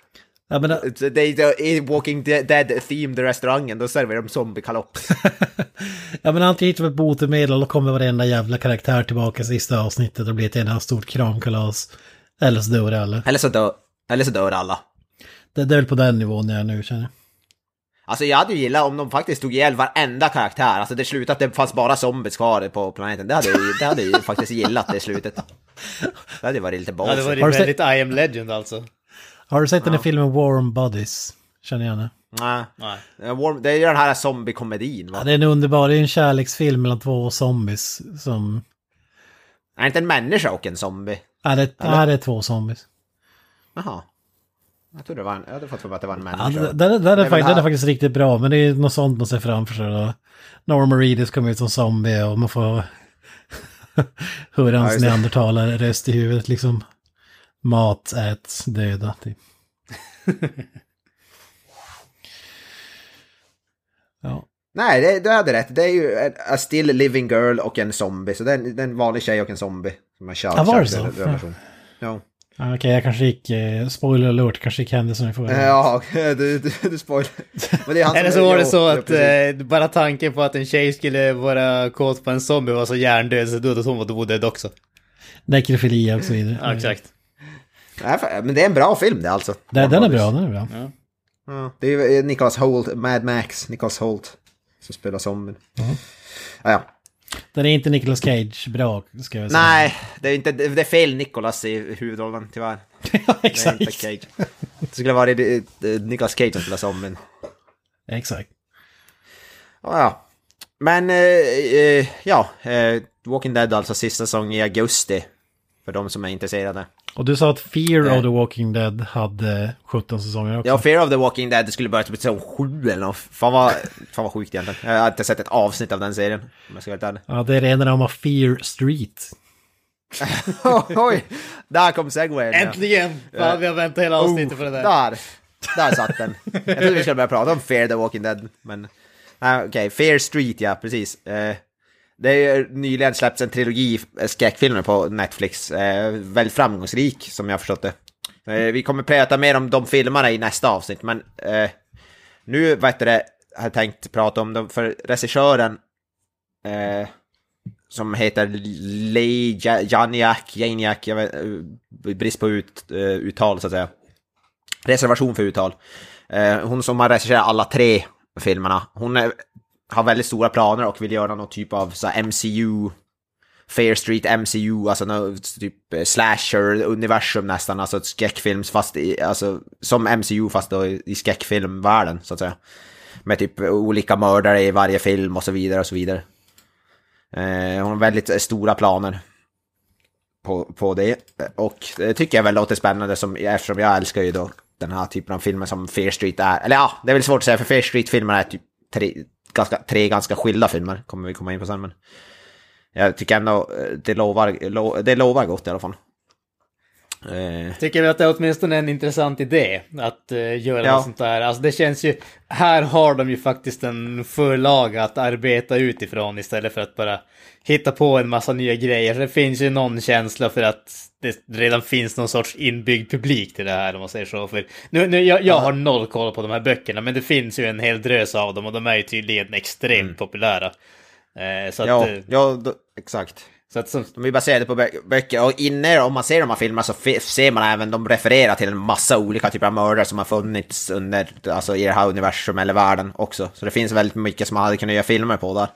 Ja, men det, det är i Walking Dead-themed restaurangen, då serverar de zombie-kalops. Ja, men antingen hittar vi ett botemedel och kommer varenda jävla karaktär tillbaka i sista avsnittet och blir ett enda stort kramkalas. Eller så dör alla. Eller så dör, eller så dör alla. Det, det är väl på den nivån jag nu känner. Alltså jag hade ju gillat om de faktiskt tog ihjäl varenda karaktär. Alltså det slutade att det fanns bara zombies kvar på planeten. Det hade jag, det hade jag faktiskt gillat det slutet. Det hade varit lite balls. Ja, det var ju Har du väldigt I am Legend alltså. Har du sett den här Ja. filmen Warm Bodies? Känner jag gärna. Nej. Nej. Det är ju den här zombie-komedin, va? Ja, det är en underbar, det är en kärleksfilm mellan två zombies som... Är det inte en människa och en zombie? Ja, det, ja, det är två zombies. Jaha. Jag trodde det var en, jag hade fått för mig att det var en Ja, människa. det, det, det, det, är, väl faktiskt, den är här- faktiskt riktigt bra, men det är något sånt man ser framför sig då. Norman Reedus kommer ut som zombie och man får höra Ja, hans just det. neandertalare-röst i huvudet liksom. Mat, ät, döda, typ. Ja. Nej, det, du hade rätt. Det är ju en a still living girl och en zombie. Så det är en, det är en vanlig tjej och en zombie. Som har kört, Ja, var det kört så? den- den versionen. Ja. Ja, okej, jag kanske gick, eh, spoiler alert, kanske gick händelsen i förväg. Ja, du, du, du spoilar. Men det är han Eller som- så var det jo, så ja, att precis. eh, bara tanken på att en tjej skulle vara kåt på en zombie var så hjärndöd så död att hon var odöd också. Nekrofili och så vidare. Ja, exakt. Nej, för- men det är en bra film det alltså. Det, den är bra, den är bra. Ja. Ja, det är ju Nicholas Hoult, Mad Max, Nicholas Hoult som spelar zombien. Ja, ja. Den är inte Nicolas Cage bra, ska jag säga. Nej, det är inte det är fel Nicholas i huvudrollen tyvärr. Ja, Det är exakt. inte Cage. Det skulle vara det, det, Nicholas Cage som spelar zombien. Exakt. Ja, ja. Men, eh, eh, ja, eh, Walking Dead alltså sista säsong i augusti. För de som är intresserade. Och du sa att Fear Nej. of the Walking Dead hade sjutton säsonger också. Ja, Fear of the Walking Dead skulle börja till säsong sju eller något. Fan vad, fan vad sjukt egentligen. Jag har inte sett ett avsnitt av den serien. Om jag ska vara ärlig. Ja, det är rena rama Fear Street. Oj, där kom segwayen. ja. Äntligen! Fan, vi har väntat hela avsnittet för det där. Där, där satt den. Jag trodde vi skulle börja prata om Fear the Walking Dead, men... Nej, okej, okay. Fear Street, ja, precis. Eh, det är ju nyligen släppts en trilogi eh, skräckfilmer på Netflix. Eh, väldigt framgångsrik, som jag har förstått det. Eh, vi kommer prata mer om de filmerna i nästa avsnitt, men... Eh, nu, vad heter det, har jag tänkt prata om dem, för regissören... Eh, som heter Lee Ja- Janiak, Janiak, jag vet, eh, brist på ut, eh, uttal så att säga. Reservation för uttal. Eh, hon som har regisserat alla tre filmerna, hon är, har väldigt stora planer och vill göra någon typ av så här, M C U, Fair Street M C U, alltså någon typ eh, slasher-universum nästan, alltså ett skräckfilms fast i, alltså som M C U fast då i, i skräckfilmvärlden så att säga. Med typ olika mördare i varje film och så vidare och så vidare. Eh, hon har väldigt stora planer på, på det. Och det tycker jag väl låter spännande som, eftersom jag älskar ju då den här typen av filmer som Fear Street är. Eller ja, det är väl svårt att säga för Fear Street-filmer är typ tre ganska, tre ganska skilda filmer. Kommer vi komma in på sen, men jag tycker ändå det lovar, lo, det lovar gott i alla fall. Eh, Tycker vi att det är åtminstone en intressant idé att uh, göra Ja. något sånt där. Alltså det känns ju, här har de ju faktiskt en förlaga att arbeta utifrån istället för att bara hitta på en massa nya grejer. Så det finns ju någon känsla för att det redan finns någon sorts inbyggd publik till det här, om man säger så. För nu, nu, jag, jag har noll koll på de här böckerna, men det finns ju en hel drös av dem och de är ju tydligen extremt Mm. populära. Eh, så att, ja, eh, ja då, exakt. så att som, De är baserade på bö- böcker, och inne om man ser de här filmerna så f- ser man även de refererar till en massa olika typer av mördare som har funnits under, alltså i det här universum eller världen också. Så det finns väldigt mycket som man hade kunnat göra filmer på där.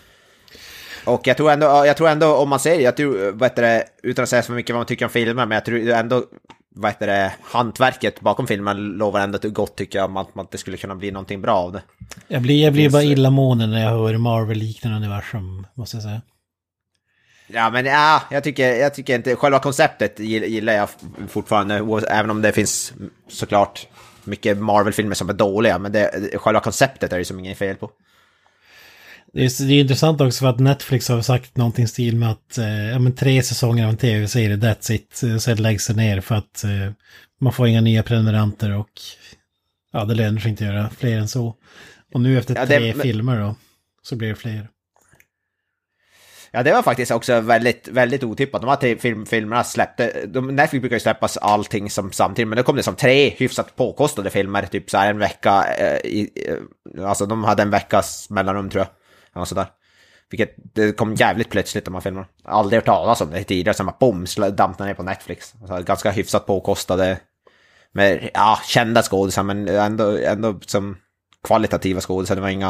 Och jag tror ändå, jag tror ändå om man säger, jag tror, vad heter det, utan att säga så mycket vad man tycker om filmer, men jag tror ändå, vad heter det, hantverket bakom filmen lovar ändå gott tycker jag, om att, att det skulle kunna bli någonting bra av det. Jag blir, jag blir Finns- bara illamående när jag hör Marvel-liknande universum, måste jag säga. Ja, men ja, jag tycker, jag tycker inte, själva konceptet gill- gillar jag fortfarande, o- även om det finns såklart mycket Marvel-filmer som är dåliga, men det, själva konceptet är det som inget fel på. Det är, det är intressant också för att Netflix har sagt någonting i stil med att eh, ja, men tre säsonger av en tv-serie, that's it, eh, sen läggs det ner för att eh, man får inga nya prenumeranter och ja, det lönar sig inte att göra fler än så. Och nu efter Ja, det- tre men- filmer då, så blir det fler. Ja, det var faktiskt också väldigt, väldigt otippat. De här tre film, filmerna släppte, de, Netflix brukar ju släppas allting som samtidigt, men det kom det som tre hyfsat påkostade filmer, typ så här en vecka, eh, i, eh, alltså de hade en veckas mellanrum tror jag, ja, sådär. Vilket, det kom jävligt plötsligt de här filmerna. Aldrig hört talas om det tidigare, sen bara bom, dampade ner på Netflix. Alltså, ganska hyfsat påkostade, med, ja, kända skådisar, men ändå, ändå som kvalitativa skådisar, det var inga,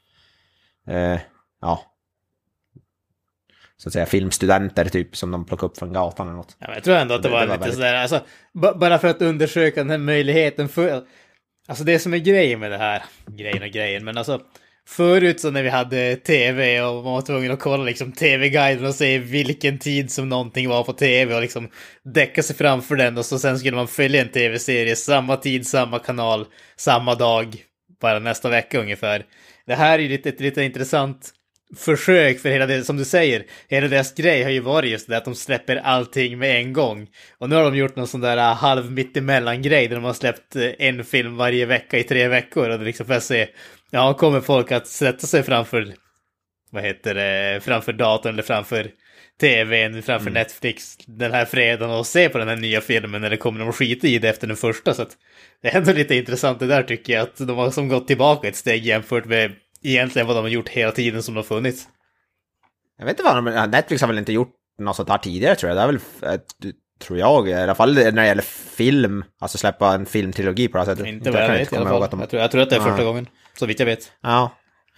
eh, ja, så att säga filmstudenter typ som de plockade upp från gatan eller något. Ja, men jag tror ändå att det, det var, det var lite väldigt... sådär, alltså, b- bara för att undersöka den här möjligheten för, alltså det som är grejen med det här, grejen och grejen, men alltså förut så när vi hade tv och man var tvungen att kolla liksom tv-guiden och se vilken tid som någonting var på tv och liksom däcka sig framför den och så sen skulle man följa en tv-serie samma tid, samma kanal, samma dag, bara nästa vecka ungefär. Det här är ju lite, ett lite intressant försök för hela det, som du säger, hela deras grej har ju varit just det att de släpper allting med en gång. Och nu har de gjort någon sån där halv mittemellan grej där de har släppt en film varje vecka i tre veckor och det liksom för att se, ja, kommer folk att sätta sig framför, vad heter det, framför datorn eller framför tvn, framför mm. Netflix den här fredagen och se på den här nya filmen, eller kommer de att skita i det efter den första? Så att det är ändå lite intressant det där, tycker jag, att de har som gått tillbaka ett steg jämfört med egentligen vad de har gjort hela tiden som de har funnits. Jag vet inte vad de, Netflix har väl inte gjort något sånt här tidigare, tror jag. Det är väl, tror jag, i alla fall när det gäller film, alltså släppa en filmtrilogi på det här sättet. Inte vad jag vet i alla fall. De... Jag, tror, jag tror att det är första ja. gången, så vitt jag vet. Ja.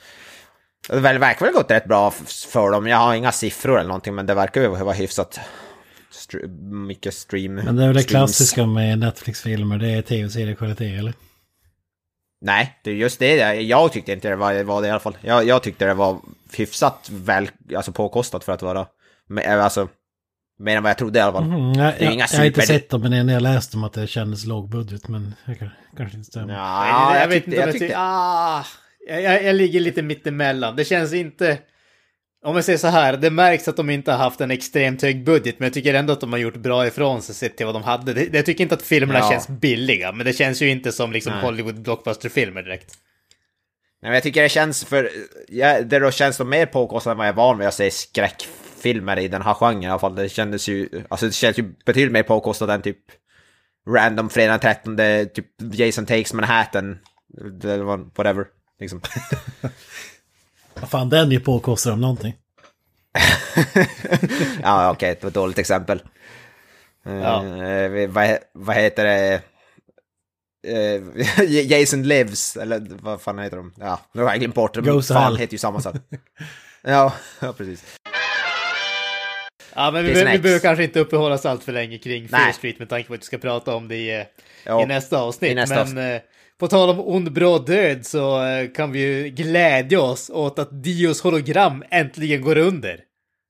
Det verkar väl gått rätt bra för dem. Jag har inga siffror eller någonting, men det verkar ju vara hyfsat st- mycket stream. Men det är väl det klassiska med Netflix-filmer, det är tv-seriekvalitet, eller? Nej, det är just det. Jag tyckte inte det var, var det i alla fall. Jag, jag tyckte det var hyfsat väl, alltså påkostat för att vara, alltså, mer än vad jag trodde i alla fall. Mm, jag, jag, jag har inte sett dem, men när jag läste om att det kändes lågbudget, men jag kan, kanske inte stämmer. Ja, jag, jag vet inte, jag tyckte... Ah, jag, jag ligger lite mittemellan. Det känns inte... Om jag säger så här, det märks att de inte har haft en extremt hög budget, men jag tycker ändå att de har gjort bra ifrån sig sett till vad de hade. Det, jag tycker inte att filmerna ja. känns billiga, men det känns ju inte som liksom Hollywood blockbuster-filmer direkt. Nej, men jag tycker det känns för... Ja, det då känns de mer påkostade än vad jag är van vid att se skräckfilmer i den här genren i alla fall. Det kändes ju... Alltså det känns ju betydligt mer påkostade än typ random fredag den trettonde, typ Jason Takes Manhattan, whatever, liksom. Vad fan, den är ju påkostad om någonting. Ja, okej, okay, det var ett dåligt exempel. Ja. Uh, vad, vad heter det? Uh, Jason Lives, eller vad fan heter de? Ja, nu har jag glömt bort dem. Fan heter ju samma sak. ja, ja, precis. Ja, men vi, be- vi behöver kanske inte uppehålla oss allt för länge kring Fear Street med tanke på att vi ska prata om det i, i nästa avsnitt. I nästa men avsnitt. På tal om ond bråd död så kan vi ju glädja oss åt att Dios hologram äntligen går under.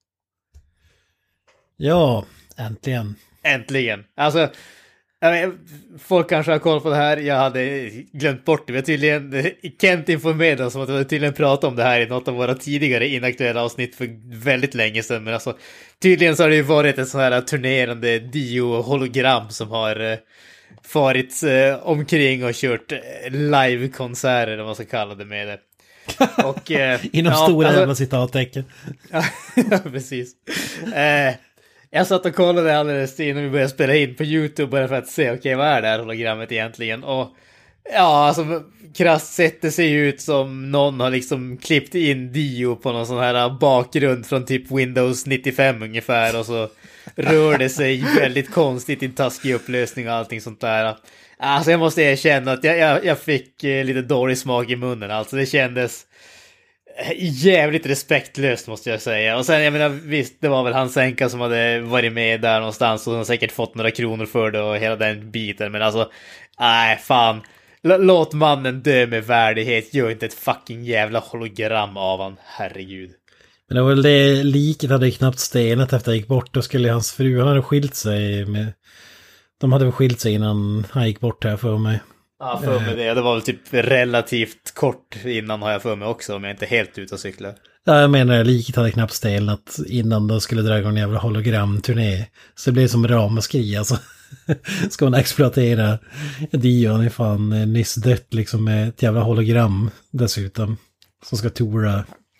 Ja, äntligen. Äntligen. Alltså, folk kanske har koll på det här. Jag hade glömt bort det. Vi har tydligen, Kent informerade oss om att vi tydligen pratat om det här i något av våra tidigare inaktuella avsnitt för väldigt länge sedan. Men alltså, tydligen så har det ju varit en sån här turnerande Dio-hologram som har farit eh, omkring och kört live-konserter, eller vad man ska kalla det med det. Och, eh, inom ja, stora alltså, jävla citattecken. Ja, precis. Eh, jag satt och kollade alldeles innan vi började spela in på YouTube bara för att se, okej, okay, vad är det här hologrammet egentligen? Och ja, alltså krasst sett det ser ju ut som någon har liksom klippt in Dio på någon sån här bakgrund från typ Windows nittiofem ungefär, och så rör det sig väldigt konstigt i en taskig upplösning och allting sånt där. Alltså jag måste erkänna att jag, jag, jag fick eh, lite dålig smak i munnen. Alltså det kändes jävligt respektlöst, måste jag säga. Och sen, jag menar, visst, det var väl hans änka som hade varit med där någonstans och har säkert fått några kronor för det och hela den biten. Men alltså, nej, fan. L- låt mannen dö med värdighet. Gör inte ett fucking jävla hologram av han, herregud. Men det var väl det, liket hade knappt stenat efter att gick bort. Då skulle hans fru, han hade skilt sig med... De hade väl skilt sig innan han gick bort här för mig. Ja, för mig det. Det var väl typ relativt kort innan, har jag för mig också, om jag inte är helt ute och cyklar. Ja, jag menar, liket hade knappt stelnat innan de skulle dra igång en jävla hologramturné. Så det blev som ramaskri, alltså. Ska man exploatera Dion är fan nyss dött liksom med ett jävla hologram dessutom. Som ska tora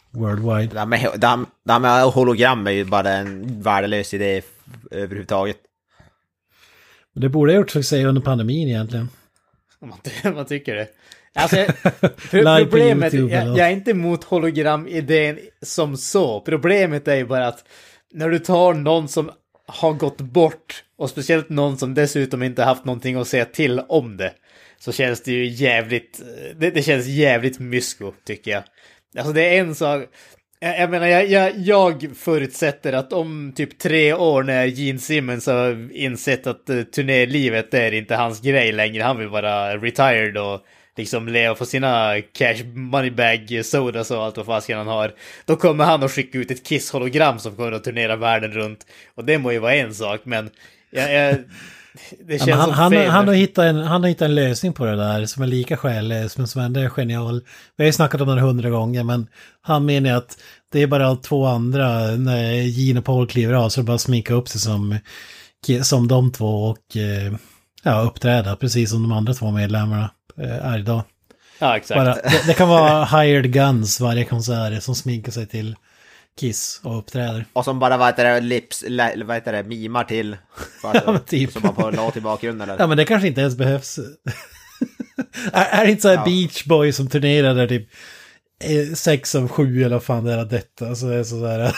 worldwide. Det här med, det här, det här med hologram är ju bara en värdelös idé överhuvudtaget. Det borde ha gjort succé under pandemin egentligen. Man, ty- man tycker det. Alltså, för, problemet, jag, jag är inte emot hologramidén som så. Problemet är ju bara att när du tar någon som har gått bort, och speciellt någon som dessutom inte haft någonting att säga till om det, så känns det ju jävligt, det, det känns jävligt mysko, tycker jag. Alltså det är en sak, jag, jag menar, jag, jag, jag förutsätter att om typ tre år när Gene Simmons har insett att uh, turnélivet är inte hans grej längre, han vill vara retired och liksom leva på sina cash money bag sodas och allt vad fasken han har, då kommer han att skicka ut ett Kiss-hologram som kommer att turnera världen runt. Och det må ju vara en sak, men jag, jag, det känns ja, han, som han, fel. han, har hittat en, han har hittat en lösning på det där som är lika skällös, men som ändå är genial. Vi har ju snackat om den hundra gånger, men han menar att det är bara två andra, när Gene och Paul kliver av, så bara sminka upp sig som, som de två och ja, uppträda, precis som de andra två medlemmarna är idag. Ja, exakt. Bara, det, det kan vara hired guns varje konsert som sminkar sig till Kiss och uppträder. Och som bara, vad heter det, lips, le, vad heter det, mimar till. Att, ja, men typ. Som man får låt i bakgrunden. Eller? Ja, men det kanske inte ens behövs. är, är det inte så här ja. Beach Boy som turnerar där typ sex av sju eller vad fan det är detta. Alltså det är så där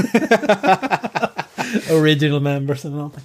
original members eller någonting.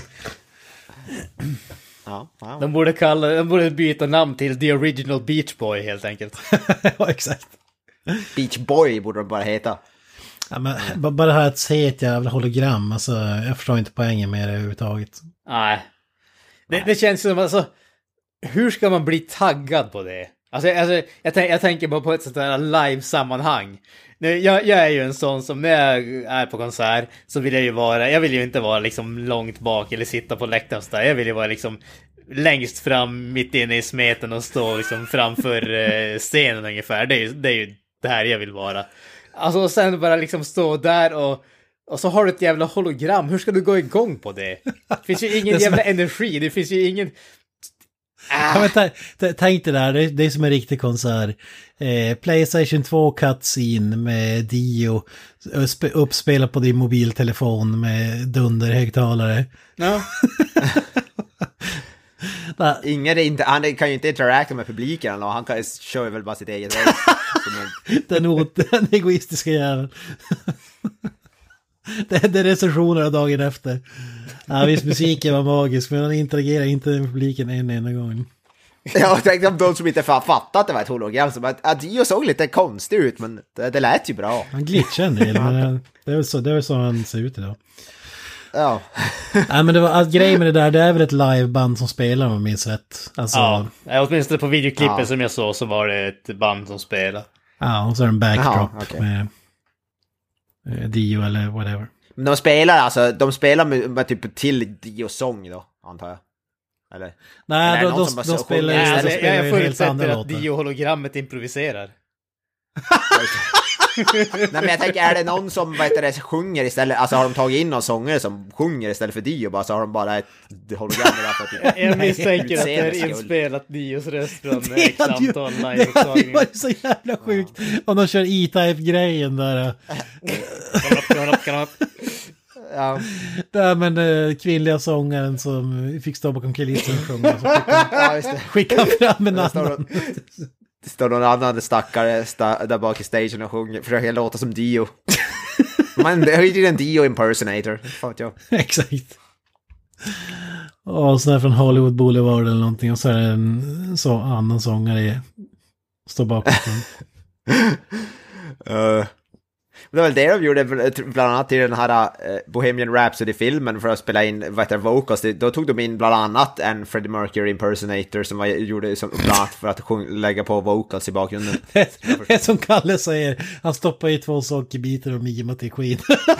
Ja, wow. De borde kalla, de borde byta namn till The Original Beach Boy helt enkelt. Ja, exakt. Beach Boy borde de bara heta. Ja, men mm. bara det här att se ett jävla hologram, alltså jag förstår inte poängen med det överhuvudtaget. Nej. Det, det känns som, alltså, hur ska man bli taggad på det? Alltså, alltså jag, tänk, jag tänker bara på ett sånt där live-sammanhang. Nu, jag, jag är ju en sån som när jag är på konsert så vill jag ju vara, jag vill ju inte vara liksom långt bak eller sitta på läktaren där. Jag vill ju vara liksom längst fram, mitt inne i smeten och stå liksom framför eh, scenen ungefär. Det är, ju, det är ju där jag vill vara. Alltså och sen bara liksom stå där och och så har du ett jävla hologram. Hur ska du gå igång på det? Det finns ju ingen jävla energi. Det finns ju ingen... Ah. Ja, men t- tänk det där, det är, det är som en riktig konsert. Eh, PlayStation två cutscene med Dio sp- uppspelat på din mobiltelefon med dunderhögtalare. Ja. Ingen är inte, han kan ju inte interagera med publiken, och han kan, kör väl bara sitt eget race. den, åt, den egoistiska jäveln. det, det är recensioner av dagen efter. Ja, visst, musiken var magisk, men han interagerar inte med publiken en enda gång. Jag tänkte om de som inte fattat att det var ett hologram, som att, att Dio såg lite konstig ut, men det, det lät ju bra. Han glitchade en del, men det är väl så, det är väl så han ser ut idag. Ja. Nej, men det var, att grejen med det där, det är väl ett liveband som spelar, om jag minns rätt. Alltså, ja, åtminstone på videoklippen ja. som jag såg så var det ett band som spelade. Ja, och så är det en backdrop. Aha, okay. Med eh, Dio eller whatever. Men de spelar alltså, de spelar med, med typ till Dio-sång då, antar jag. Eller? Nej, eller de, de, de, de spelar ju ja, alltså, spelar jag förutsätter att låtar. Dio-hologrammet improviserar. Nej, men jag tänker, är det någon som vad heter det, sjunger istället? Alltså har de tagit in någon sångare som sjunger istället för Dio, bara så har de bara ett hologram där för typ. Jag misstänker att det är inspelat Dios röst från x antal live-upptagningar. Det var så jävla sjukt om de kör E-Type-grejen där. Ja. Där men uh, kvinnliga sångaren som fick stå bakom kulissen och sjunga, så ja, just det. Skicka fram en annan. Det står någon annan stackare sta- där bak i stagen och sjunger, försöker låta som Dio. Men det är ju en Dio impersonator, fan jag. Exakt. Och så där från Hollywood Boulevard eller någonting, och så är det en så annan sångare står bakom. uh. Det var väl det de gjorde bland annat till den här uh, Bohemian Rhapsody-filmen för att spela in vad heter vocals. Då tog de in bland annat en Freddie Mercury impersonator som var, gjorde som, bland annat för att sjung, lägga på vocals i bakgrunden. Det är som Kalle säger, han stoppar i två sockerbitar och mimar till Queen.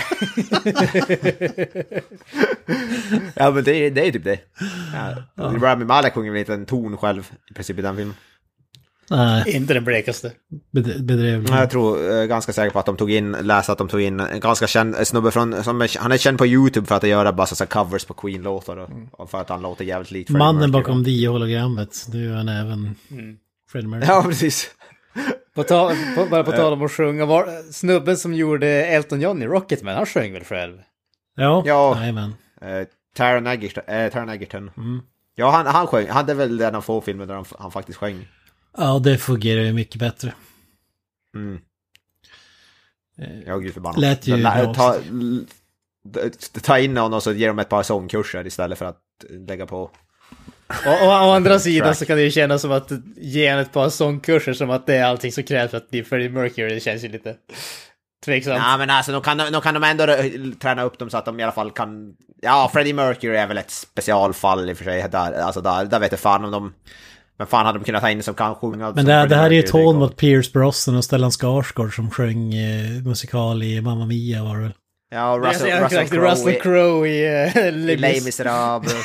Ja, men det, det är typ det. Ja. Ja. Rami Malek sjunger lite en ton själv i princip i den filmen. Nej. Inte den blekaste. Bedrövligt. Jag tror uh, ganska säker på att de tog in, läsa att de tog in en ganska känd snubbe från, som är, han är känd på YouTube för att göra bara så covers på Queen-låtar och, mm. och för att han låter jävligt likt Freddie Mannen Mercury. bakom Dio-hologrammet, det är han även mm. Freddie Mercury. Ja, precis. På ta, på, bara på tal om att sjunga, var, snubben som gjorde Elton John i Rocketman, han sjöng väl själv? Ja, Ja. Jajamän. Uh, Taron Egerton. Uh, Taron Egerton. Mm. Ja, han, han sjöng. Han hade väl den av få filmer där han, han faktiskt sjöng. Ja, det fungerar ju mycket bättre. Mm. Eh, Ja, gud förbannat. Lät ju Den- bra ta, l- ta in någon och så ger dem ett par sångkurser istället för att lägga på. Och, och å andra sidan Track. så kan det ju kännas som att ge en ett par sångkurser som att det är allting som krävs för att bli Freddie Mercury. Det känns ju lite tveksamt. Ja, men alltså, de kan, de kan de ändå träna upp dem så att de i alla fall kan... Ja, Freddie Mercury är väl ett specialfall i och för sig. Där, alltså, där, där vet jag fan om de... Men fan hade de kunnat ta in som kan sjunga... Men det, det här är ju ett hån mot Pierce Brosnan och Stellan Skarsgård som sjöng eh, musikal i Mamma Mia var det väl? Ja, Russell, Russell, jag Russell, Russell, Crowe Russell i- Crowe i uh, i Les Les Misérables.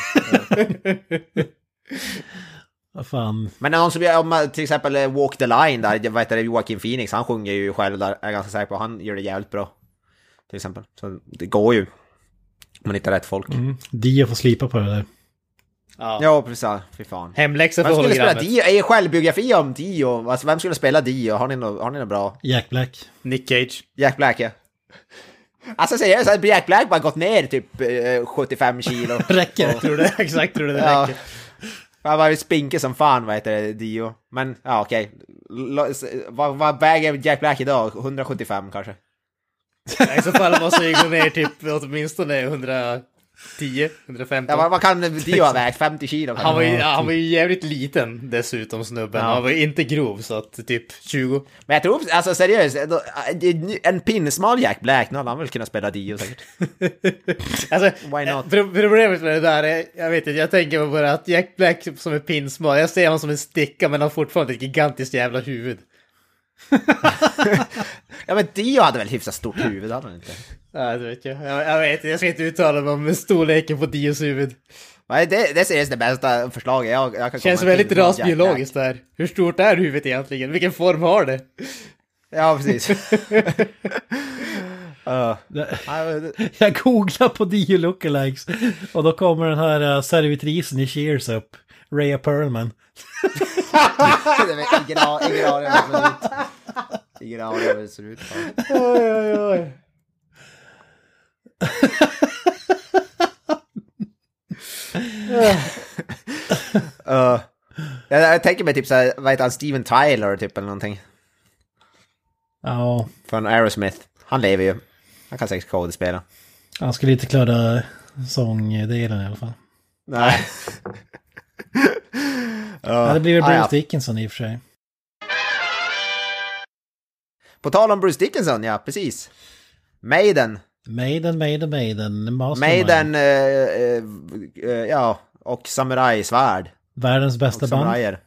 Vad fan. Men någon som gör, om man till exempel eh, Walk the Line där, jag vet det, Joaquin Phoenix, han sjunger ju själv där, är jag ganska säker på. Han gör det jävligt bra. Till exempel. Så det går ju. Om man hittar rätt folk. Mm. Dio får slipa på det där. Ja. Ja, precis. Fy fan. Hemläxa för Vem skulle spela hologrammet. Dio? Är ju självbiografi om Dio. Alltså, vem skulle spela Dio? Har ni något, har ni något bra? Jack Black. Nick Cage. Jack Black, ja. Alltså seriöst, hade Jack Black bara gått ner typ eh, sjuttiofem kilo. Räcker det? Tror du det? Exakt, tror du det Ja. räcker? Han var ju spinkig som fan, vad heter det, Dio. Men, ja okej. L- Vad, vad väger Jack Black idag? hundrasjuttiofem kanske? I så fall måste jag gå ner typ åtminstone hundratio, hundrafemton. Ja, vad, vad kan Dio ha vägt? femtio kilo kanske? Han var, ju, Ja, ja, han typ. var ju jävligt liten dessutom, snubben. Ja. Han var ju inte grov, så att typ tjugo. Men jag tror, alltså seriöst, då- en pinsmal Jack Black, nu hade han väl kunnat spela Dio säkert. Alltså, Why not? pro- problemet med det där är, jag vet inte, jag tänker mig bara att Jack Black som är pinsmal, jag ser honom som en sticka, men han har fortfarande ett gigantiskt jävla huvud. Ja men Dio hade väl hyfsat stort huvud, hade han inte? Ja, det vet jag. jag. Jag vet inte, jag ska inte uttala mig om storleken på Dios huvud. Nej, det, det är seriöst det bästa förslaget. Jag, jag kan Känns komma väldigt till Jack Black. rasbiologiskt där. Hur stort är huvudet egentligen? Vilken form har det? Ja, precis. uh, Det- ja, det- Jag googlar på Dio lookalikes och då kommer den här uh, servitrisen i Cheers upp. Rhea Perlman. det är ingen aning ingen aning om hur det ser ut. Ingen aning om hur det ser ut. Oj, oj, oj. Uh, jag, jag tänker mig typ såhär, vad heter han, Steven Tyler typ eller någonting. Ja, Från Aerosmith. Han lever ju. Han kan säkert kodespela. han skulle inte klara sångdelen i alla fall. Nej. Ja, det blir väl Ah, Bruce ja. Dickinson i och för sig. På tal om Bruce Dickinson, ja precis. Maiden. Maiden, Maiden, Maiden. Mastermind. Maiden, eh, eh, eh, ja, och Samurai-svärd. Världens bästa Och band. samurajer.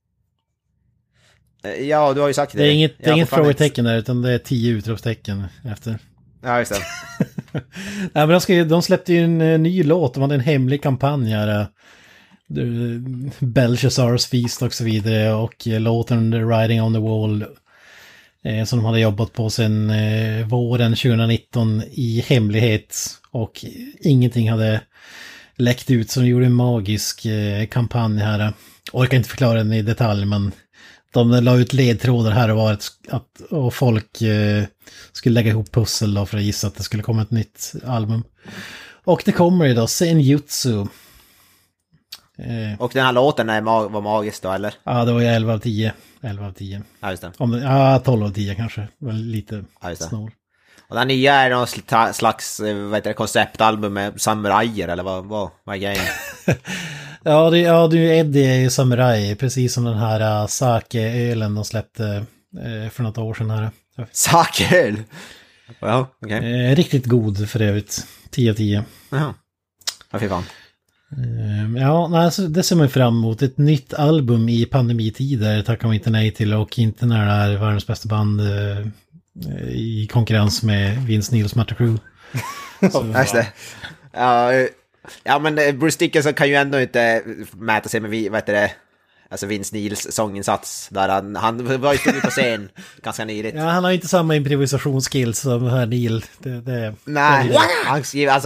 Eh, Ja, du har ju sagt det. Det är inget, det är Jag har inget fortfarande frågetecken där, utan det är tio utropstecken efter. inte- Ja, just det. Nej, men de, ska, ju- de släppte ju en eh, ny låt, de hade en hemlig kampanj här. eh, du- Belshazzars Feast och så vidare, och eh, låten The Writing on the Wall eh, som de hade jobbat på sedan eh, våren tjugonitton i hemlighet, och ingenting hade läckt ut, så de gjorde en magisk eh, kampanj här. Orkar inte förklara den i detalj, men de la ut ledtrådar här och var att, att och folk eh, skulle lägga ihop pussel då för att gissa att det skulle komma ett nytt album. Och det kommer idag, Senjutsu. Eh, Och den här låten är ma- var magisk då, eller? ja, det var ju elva av tio. elva av tio. Ja, just det. Om det, ja, tolv av tio kanske. Det var lite Ja, just det. snål. Och den nya är någon sl- slags eh, vad heter det, konceptalbum med samurajer, eller vad, vad, vad är grejen? Ja, det, ja, du Eddie är ju samuraj, precis som den här uh, Sake-ölen de släppte eh, för något år sedan här. Sakel! Ja, okej. Eh, riktigt god för övrigt. tio av tio. Jaha. Ja, fy fan. Eh, ja, nej, så det ser man fram emot. Ett nytt album i pandemitider tackar man inte nej till, och inte när det är världens bästa band eh, i konkurrens med Vince Neils Mötley Crüe. Ja, just det. Ja, eh, ja, men eh, Bruce Dickinson kan ju ändå inte mäta sig med, vi- vad heter det, alltså Vince Neils sånginsats. Där han, han var ju stod på scen ganska nyligt. Ja, han har inte samma improvisationsskills som här Neil. Det, det, Nej, det- han skriver, alltså,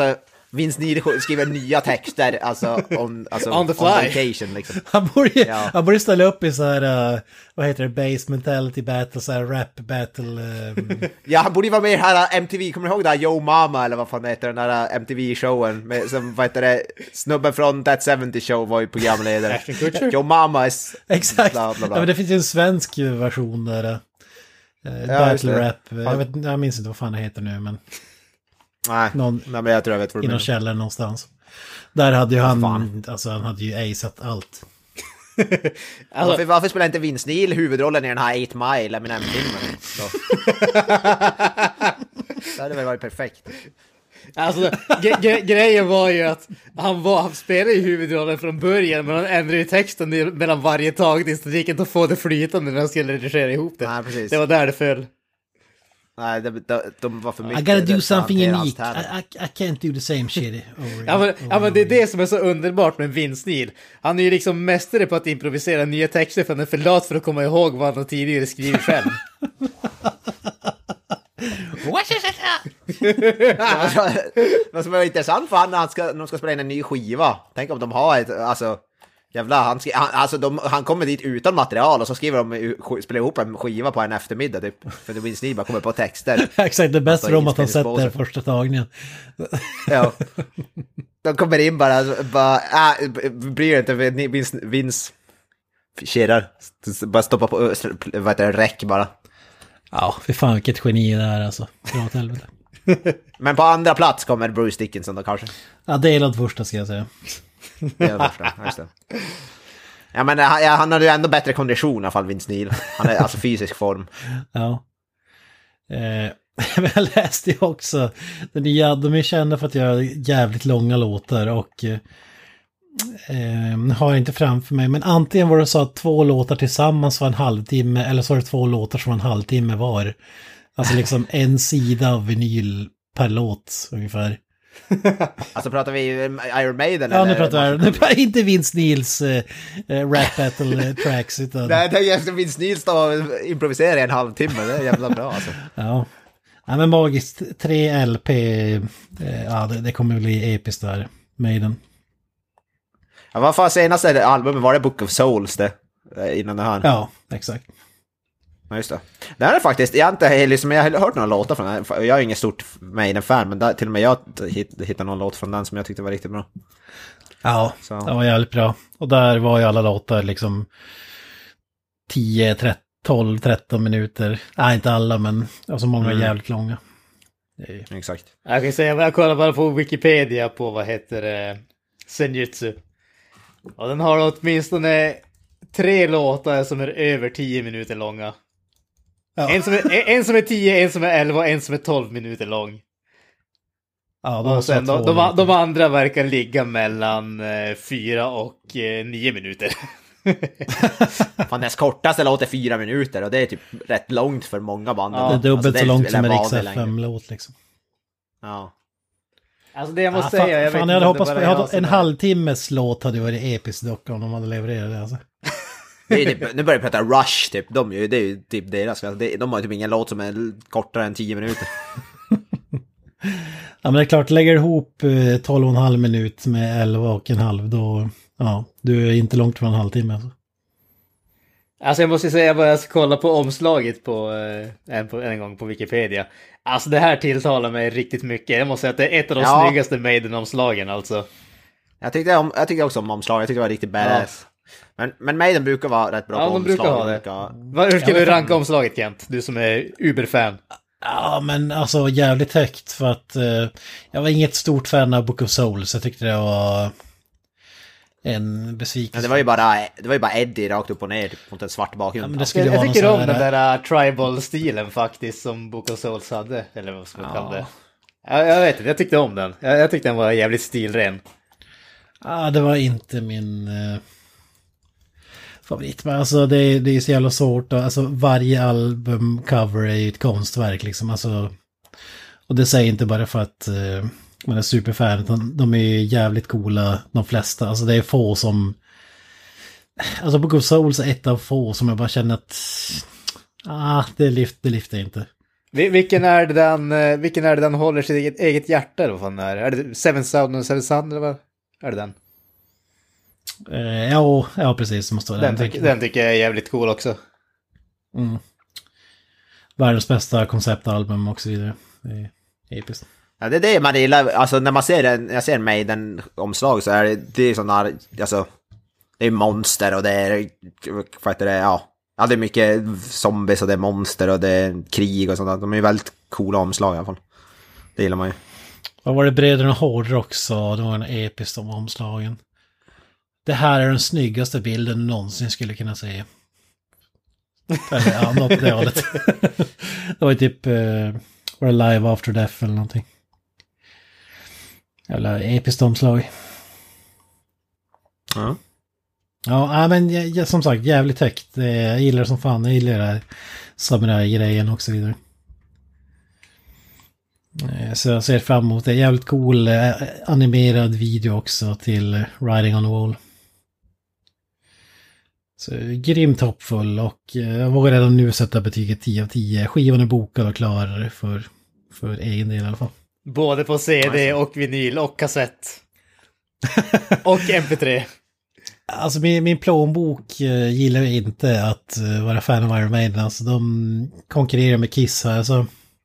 Vince Neil skriver nya texter, alltså, on, alltså On the fly. on vacation, liksom. Han borde, Ja. han borde ställa upp i så här, uh, vad heter det, base mentality battle, så här rap battle. Um... Ja, han borde ju vara med i här M T V, kommer du ihåg det här Yo Mama, eller vad fan heter den där M T V-showen, med, som, vad heter det, snubben från That seventy Show var ju programledare. Ashton Kutcher? Yo Mama is... Exakt, Bla, bla, bla. Ja, men det finns ju en svensk version där. Uh, Ja, just battle det. rap, jag, vet, jag minns inte vad fan det heter nu, men Nej, någon, nej, men jag tror jag vet vad i du någon menar. källare någonstans. Där hade ju han, Fan. alltså han hade ju aceat allt. Alltså, Varför, varför spelar inte Vince Neil huvudrollen i den här eight Mile Eminem-filmen? Så. Det hade väl varit perfekt. alltså ge- ge- grejen var ju att han, var, han spelade i huvudrollen från början, men han ändrade ju texten i- mellan varje tag tills det gick inte att få det flytande när han skulle redigera ihop det. Nej, precis. Det var där det föll. Nej, de, de, de var för I mycket... gotta do det- something hantera unique. hans talent. I, I, I can't do the same shit. Over, Ja men, over ja men det är and det som är så underbart med Vince Neil. Han är ju liksom mästare på att improvisera nya texter, för han är för lat för att komma ihåg vad han har tidigare skrivit själv. Vad som är intressant för han när han ska, när de ska spela in en ny skiva. Tänk om de har ett, alltså... Jävlar, han, skri, han, alltså de, han kommer dit utan material och så skriver de, spelar ihop en skiva på en eftermiddag typ. För det Vince Neil bara kommer på texter. Exakt, det bästa Alltså, om att han sett det inspelningspåse. första tagningen. Ja. De kommer in bara, bara äh, bryr inte, Vince, Vince kirrar. Bara stoppa på, vad heter det, räck bara. Ja, för fan vilket geni det är alltså. Bra åt helvete. Men på andra plats kommer Bruce Dickinson då kanske. Ja, delad första ska jag säga. Det är det första, just det. Ja men han, ja, han hade ju ändå bättre kondition i alla fall, Vince Neil. Han är alltså fysisk form. Ja. Eh, men jag läste ju också, den nya, de är kända för att göra jävligt långa låtar och eh, eh, har inte framför mig, men antingen var det så att två låtar tillsammans var en halvtimme, eller så var det två låtar som var en halvtimme var. Alltså liksom en sida av vinyl per låt ungefär. Alltså pratar vi Iron Maiden Ja, eller? nu pratar vi, nu pratar vi inte Vince Neils eh, eh, rap battle eh, tracks, utan... Nej, det är just Vince Neil står och improviserar i en halvtimme, det är jävla bra alltså. Ja. Ja, men magiskt, tre L P, eh, ja det, det kommer bli episkt där, Maiden. Ja, vad fan senaste albumet var det Book of Souls det? Innan det här. Ja, exakt. Ja, just det. Det här är faktiskt, jag har inte liksom, jag har hört några låtar från den. Jag är ingen stort Maiden-fan, men där, till och med jag hittade någon låt från den som jag tyckte var riktigt bra. Ja, Så. det var jävligt bra. Och där var ju alla låtar liksom tio, tolv, tretton minuter. Nej, inte alla, men alltså många Mm. jävligt långa. Det är ju... Exakt. Jag kan säga, jag kollar bara på Wikipedia på vad heter det, Senjutsu. Och den har åtminstone tre låtar som är över tio minuter långa. Ja. En som är, en som är tio, en som är elva och en som är tolv minuter lång. Ja, Och sen de, de, de andra verkar ligga mellan eh, fyra och eh, nio minuter. Fan, dess kortaste låt är fyra minuter och det är typ rätt långt för många band. Det är dubbelt Alltså, det så långt som en vanlig Rix F längd. M-låt liksom. Ja. Alltså det jag måste Ja, säga, fan, jag vet fan, inte jag hade om det hoppats bara på, är jag jag hade, som en är- halvtimmes låt hade ju varit episkt dock om de hade levererat det alltså. Det är typ, nu börjar vi prata Rush typ, de, är ju- det är ju typ deras, alltså, det, de har ju typ ingen låt som är kortare än tio minuter. Ja, men det är klart, lägger ihop eh, tolv och en halv minut med elva och en halv, då, ja, du är inte långt från en halvtimme alltså. Alltså jag måste säga, jag bara ska kolla på omslaget på, eh, en, på en gång på Wikipedia. Alltså det här tilltalar mig riktigt mycket. Jag måste säga att det är ett av de Ja. snyggaste Maiden-omslagen alltså. Jag tyckte, om, jag tyckte också om omslaget, jag tyckte det var riktigt badass. Men, men Maiden brukar vara rätt bra Ja, på de brukar omslag. ha det. Brukar- Vad, hur skulle Ja, du men- ranka omslaget, Kent? Du som är Uber-fan. Ja, men alltså jävligt högt för att eh, jag var inget stort fan av Book of Souls. Jag tyckte det var en besvikelse. Men det var ju bara, det var ju bara Eddie rakt upp och ner typ, mot en svart Ja, bakgrund. men det skulle Jag, jag vara någon tycker sån om här- den där uh, tribal-stilen faktiskt som Book of Souls hade. Eller vad ska man Ja. kalla det. Jag, jag vet inte, jag tyckte om den. Jag, jag tyckte den var jävligt stilren. Ja, det var inte min eh, favorit. Men alltså det, är- det är så jävla svårt. Och, alltså varje albumcover är ju ett konstverk liksom. Alltså, och det säger inte bara för att eh, man är superfan. Utan de är ju jävligt coola, de flesta. Alltså det är få som... Alltså Book of Souls är ett av få som jag bara känner att... Ah, det, lyft, det lyfter inte. Vil- Vilken är det den, eh, vilken är det den håller sitt eget, eget hjärta eller vad fan är det? Är det Seven Sound och Seven Sun eller vad? Är det den? Eh, ja, ja, precis. Det måste vara Den, den. tyck, den tycker jag är jävligt cool också. Mm. Världens bästa konceptalbum och så vidare. Det är episkt. Ja, det är det man gillar. Alltså när man ser en, jag ser Maiden omslag så är det, det är sådana, alltså det är monster och det är, vad heter det, ja. Ja, det är mycket zombies och det är monster och det är krig och sånt. De är ju väldigt coola omslag i alla fall. Det gillar man ju. Vad var det Bröderna Hårdrock sa? Det var en episkt om omslagen. Det här är den snyggaste bilden någonsin skulle kunna säga. Eller ja, något på det hållet. Det var ju typ uh, var det Live After Death eller någonting. Eller episkt omslag. Ja. Ja, men jag, som sagt, jävligt högt. Jag gillar det som fan. Jag gillar det här samurai-grejen och så vidare. Så jag ser fram emot det. Jävligt cool eh, animerad video också till eh, Riding on the Wall. Så grymt hoppfull och eh, jag vågar redan nu sätta betyget tio av tio. Skivan är bokad och klar för, för egen del i alla fall. Både på C D och vinyl och kassett. Och M P tre. Alltså min, min plånbok eh, gillar ju inte att eh, vara fan av Iron Maiden. Alltså de konkurrerar med Kiss här. Alltså,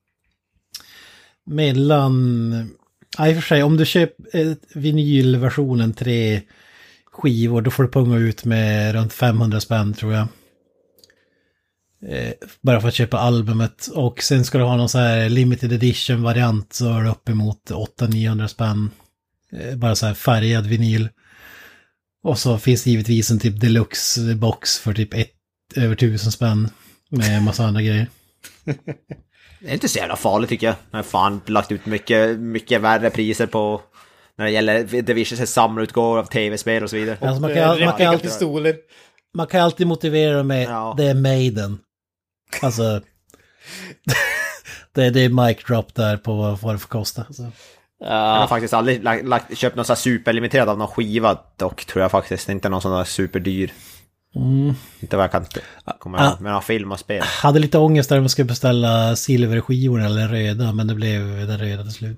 mellan... Ja, i och för sig, om du köper eh, vinylversionen tre skivor, då får du punga ut med runt femhundra spänn tror jag. Eh, bara för att köpa albumet. Och sen ska du ha någon så här limited edition variant så är det uppemot åtta till niohundra spänn. Eh, bara så här färgad vinyl. Och så finns det givetvis en typ deluxe box för typ ett, över tusen spänn med massa andra grejer. Det är inte så jävla farligt tycker jag. Jag har fan lagt ut mycket, mycket värre priser på när det gäller Divisions samlarutgåvor av tv-spel och så vidare. Alltså man, kan, man, kan alltid, pistoler. man kan alltid motivera med Ja. det är Maiden. Alltså det, det är mic drop där på vad, vad det får kosta. Alltså. Jag har faktiskt aldrig lagt, lagt, köpt någon sån här superlimiterad av någon skiva dock tror jag faktiskt. Inte någon sån där superdyr. Mm. Inte vad jag kan komma Ah. ihåg. Men någon film och spel. Hade lite ångest där man skulle beställa silverskivor eller röda, men det blev den röda till slut.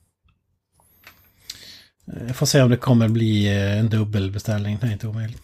Jag får se om det kommer bli en dubbelbeställning. Det är inte omöjligt.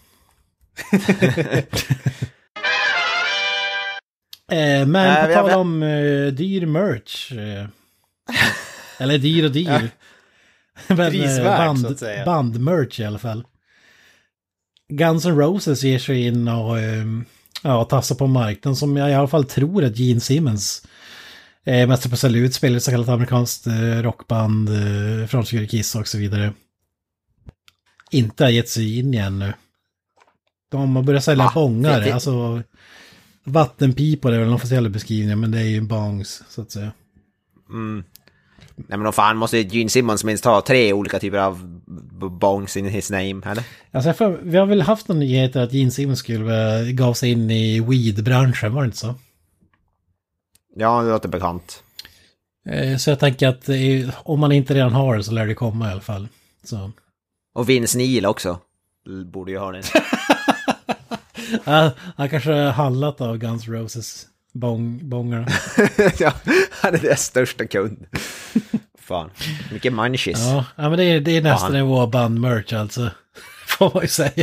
eh, men på Äh, tal jag- om eh, dyr merch. Eh, eller dyr och dyr. Men, eh, Prisvärd, band, så att säga. bandmerch i alla fall. Guns N' Roses ger sig in och eh, ja, tassar på marknaden som jag i alla fall tror att Gene Simmons eh, mästare på salut spelar ett så kallat amerikanskt eh, rockband eh, från Kiss och så vidare. Inte har gett sig in igen nu. De har börjat sälja Va? bångar, Det- det- alltså vattenpipor är väl den officiella beskrivningen, men det är ju bongs så att säga. Mm. Nej men då fan måste Gene Simmons minst ha tre olika typer av b- bongs in his name, eller? Alltså, för, vi har väl haft någon nyhet att Gene Simmons skulle eh, gav sig in i weed-branschen, var det inte så? Ja, det låter bekant. Eh, Så jag tänker att eh, om man inte redan har det så lär det komma i alla fall. Så. Och Vince Neil också. L- Borde ju ha det. Ja, han kanske har handlat av Guns N' Roses bong, bongar. Ja, han är deras största kund. Fan, mycket munchies. Ja, ja, men det är, det är nästa Fan. nivå av bandmerch alltså. Får man ju säga.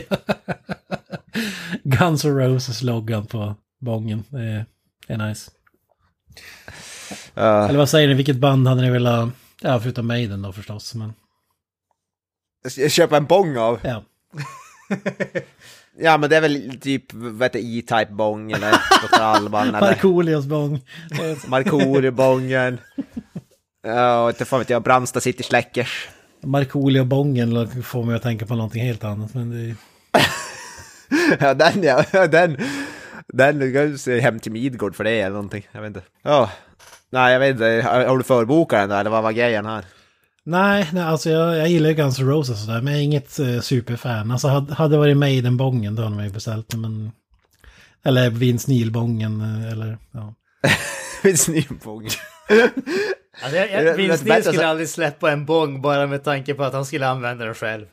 Guns N' Roses loggan på bongen. Det är, det är nice. Uh, Eller vad säger ni, vilket band hade ni velat... Ja, förutom Maiden då förstås. Men, jag köper en bong av. ja. Ja, men det är väl typ, vad heter E-Type bong eller doktor Alban eller Markoolios bong. Markoolio-bongen. Ja, inte fan vet jag, Brandsta City Släckers. Markoolio-bongen får mig att tänka på någonting helt annat. Men det är... Ja, den ja, den. Den går se hem till Midgård för det eller någonting, jag vet inte. Ja, nej jag vet inte, har har du förbokat den där eller vad var grejen här? Nej, nej, alltså jag, jag gillar ju Guns N' Roses och sådär, men jag är inget uh, superfan. Alltså hade, hade det varit Maiden-bongen då hade man ju beställt den, men... Eller Vince Neil-bongen, eh, eller ja. Vince Neil-bong. Alltså, jag, Det är jag, Vince rätt Neil bättre skulle så- aldrig släppa en bong bara med tanke på att han skulle använda den själv.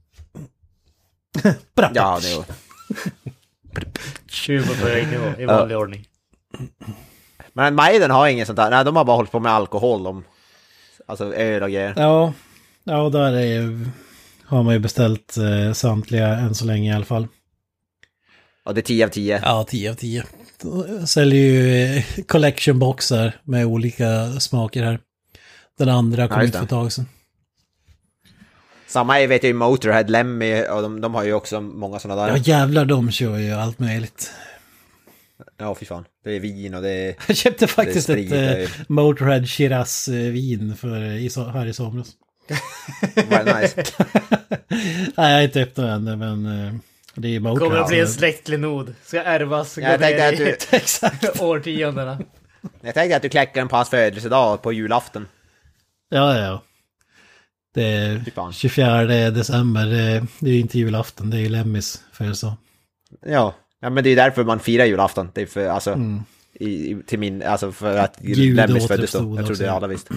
Bra. Ja, det är Humor på hög nivå, i vanlig ordning. Men Maiden har ingen sånt där. Nej, de har bara hållit på med alkohol. De, alltså öl och grejer. Ja, ja där är ju, har man ju beställt eh, samtliga än så länge i alla fall. Ja, det är tio av tio. Ja, tio av tio. De säljer ju eh, collection-boxar med olika smaker här. Den andra kom Ja, ut det. för ett tag sedan. Samma jag vet jag ju Motorhead, Lemmy och de, de har ju också många sådana där. Ja jävlar, de kör ju allt möjligt. Ja, fy fan. Det är vin och det är... Jag köpte faktiskt Det är ett sprit, eh, Motorhead Shiraz-vin för, i, so- här i somras. Well, nice. Nej, jag har inte öppnat den, men eh, det är ju Motorhead. Kommer att bli en släktklenod. Ska ärvas. Jag tänkte att du, Exakt. årtiondena. jag tänkte att du kläcker en på hans födelsedag på julafton. Ja, ja. Det är Fy fan. tjugofjärde december, det, det är ju inte julafton, det är ju Lemmys födelsedag. Ja. Ja, men det är därför man firar julafton. Det är för, alltså, Mm. i, i, till min, alltså för att Gud Lemmys föddes då. återuppstod Jag tror det också. alla visste.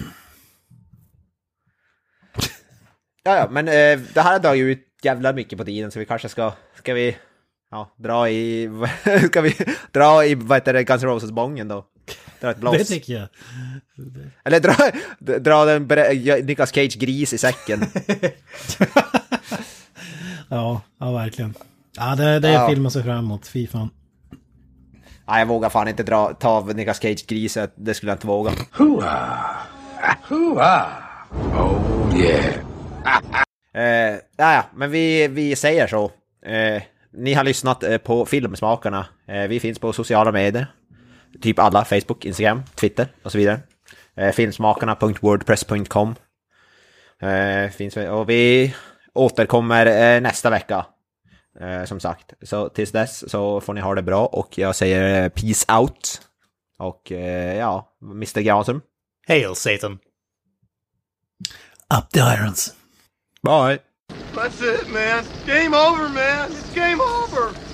Ja, ja, men eh, det här har dragit ut jävla mycket på tiden så vi kanske ska, ska vi, ja, dra i, ska vi dra i, vad heter det, Guns N' Roses-bången då? Dra ett blås. Det tycker jag. Eller dra, dra den bre- Nicolas Cage gris i säcken. Ja, ja verkligen. Ja, det, det är Ja. filmen sig fram emot, fy fan. Nej, jag vågar fan inte dra, ta av Nicolas Cage gris, det skulle jag inte våga. Hoo-ah! Hoo-ah! Oh, yeah. Eh, ja, ja, men vi, vi säger så. Eh, ni har lyssnat eh, på Filmsmakarna. Eh, vi finns på sociala medier. Typ alla, Facebook, Instagram, Twitter och så vidare. Eh, filmsmakarna punkt wordpress punkt com eh, finns vi, och vi återkommer eh, nästa vecka. Eh, som sagt. Så tills dess så får ni ha det bra och jag säger eh, peace out. Och eh, ja, mister Granström. Hail Satan. Up the irons. Bye! That's it, man. Game over, man. It's game over.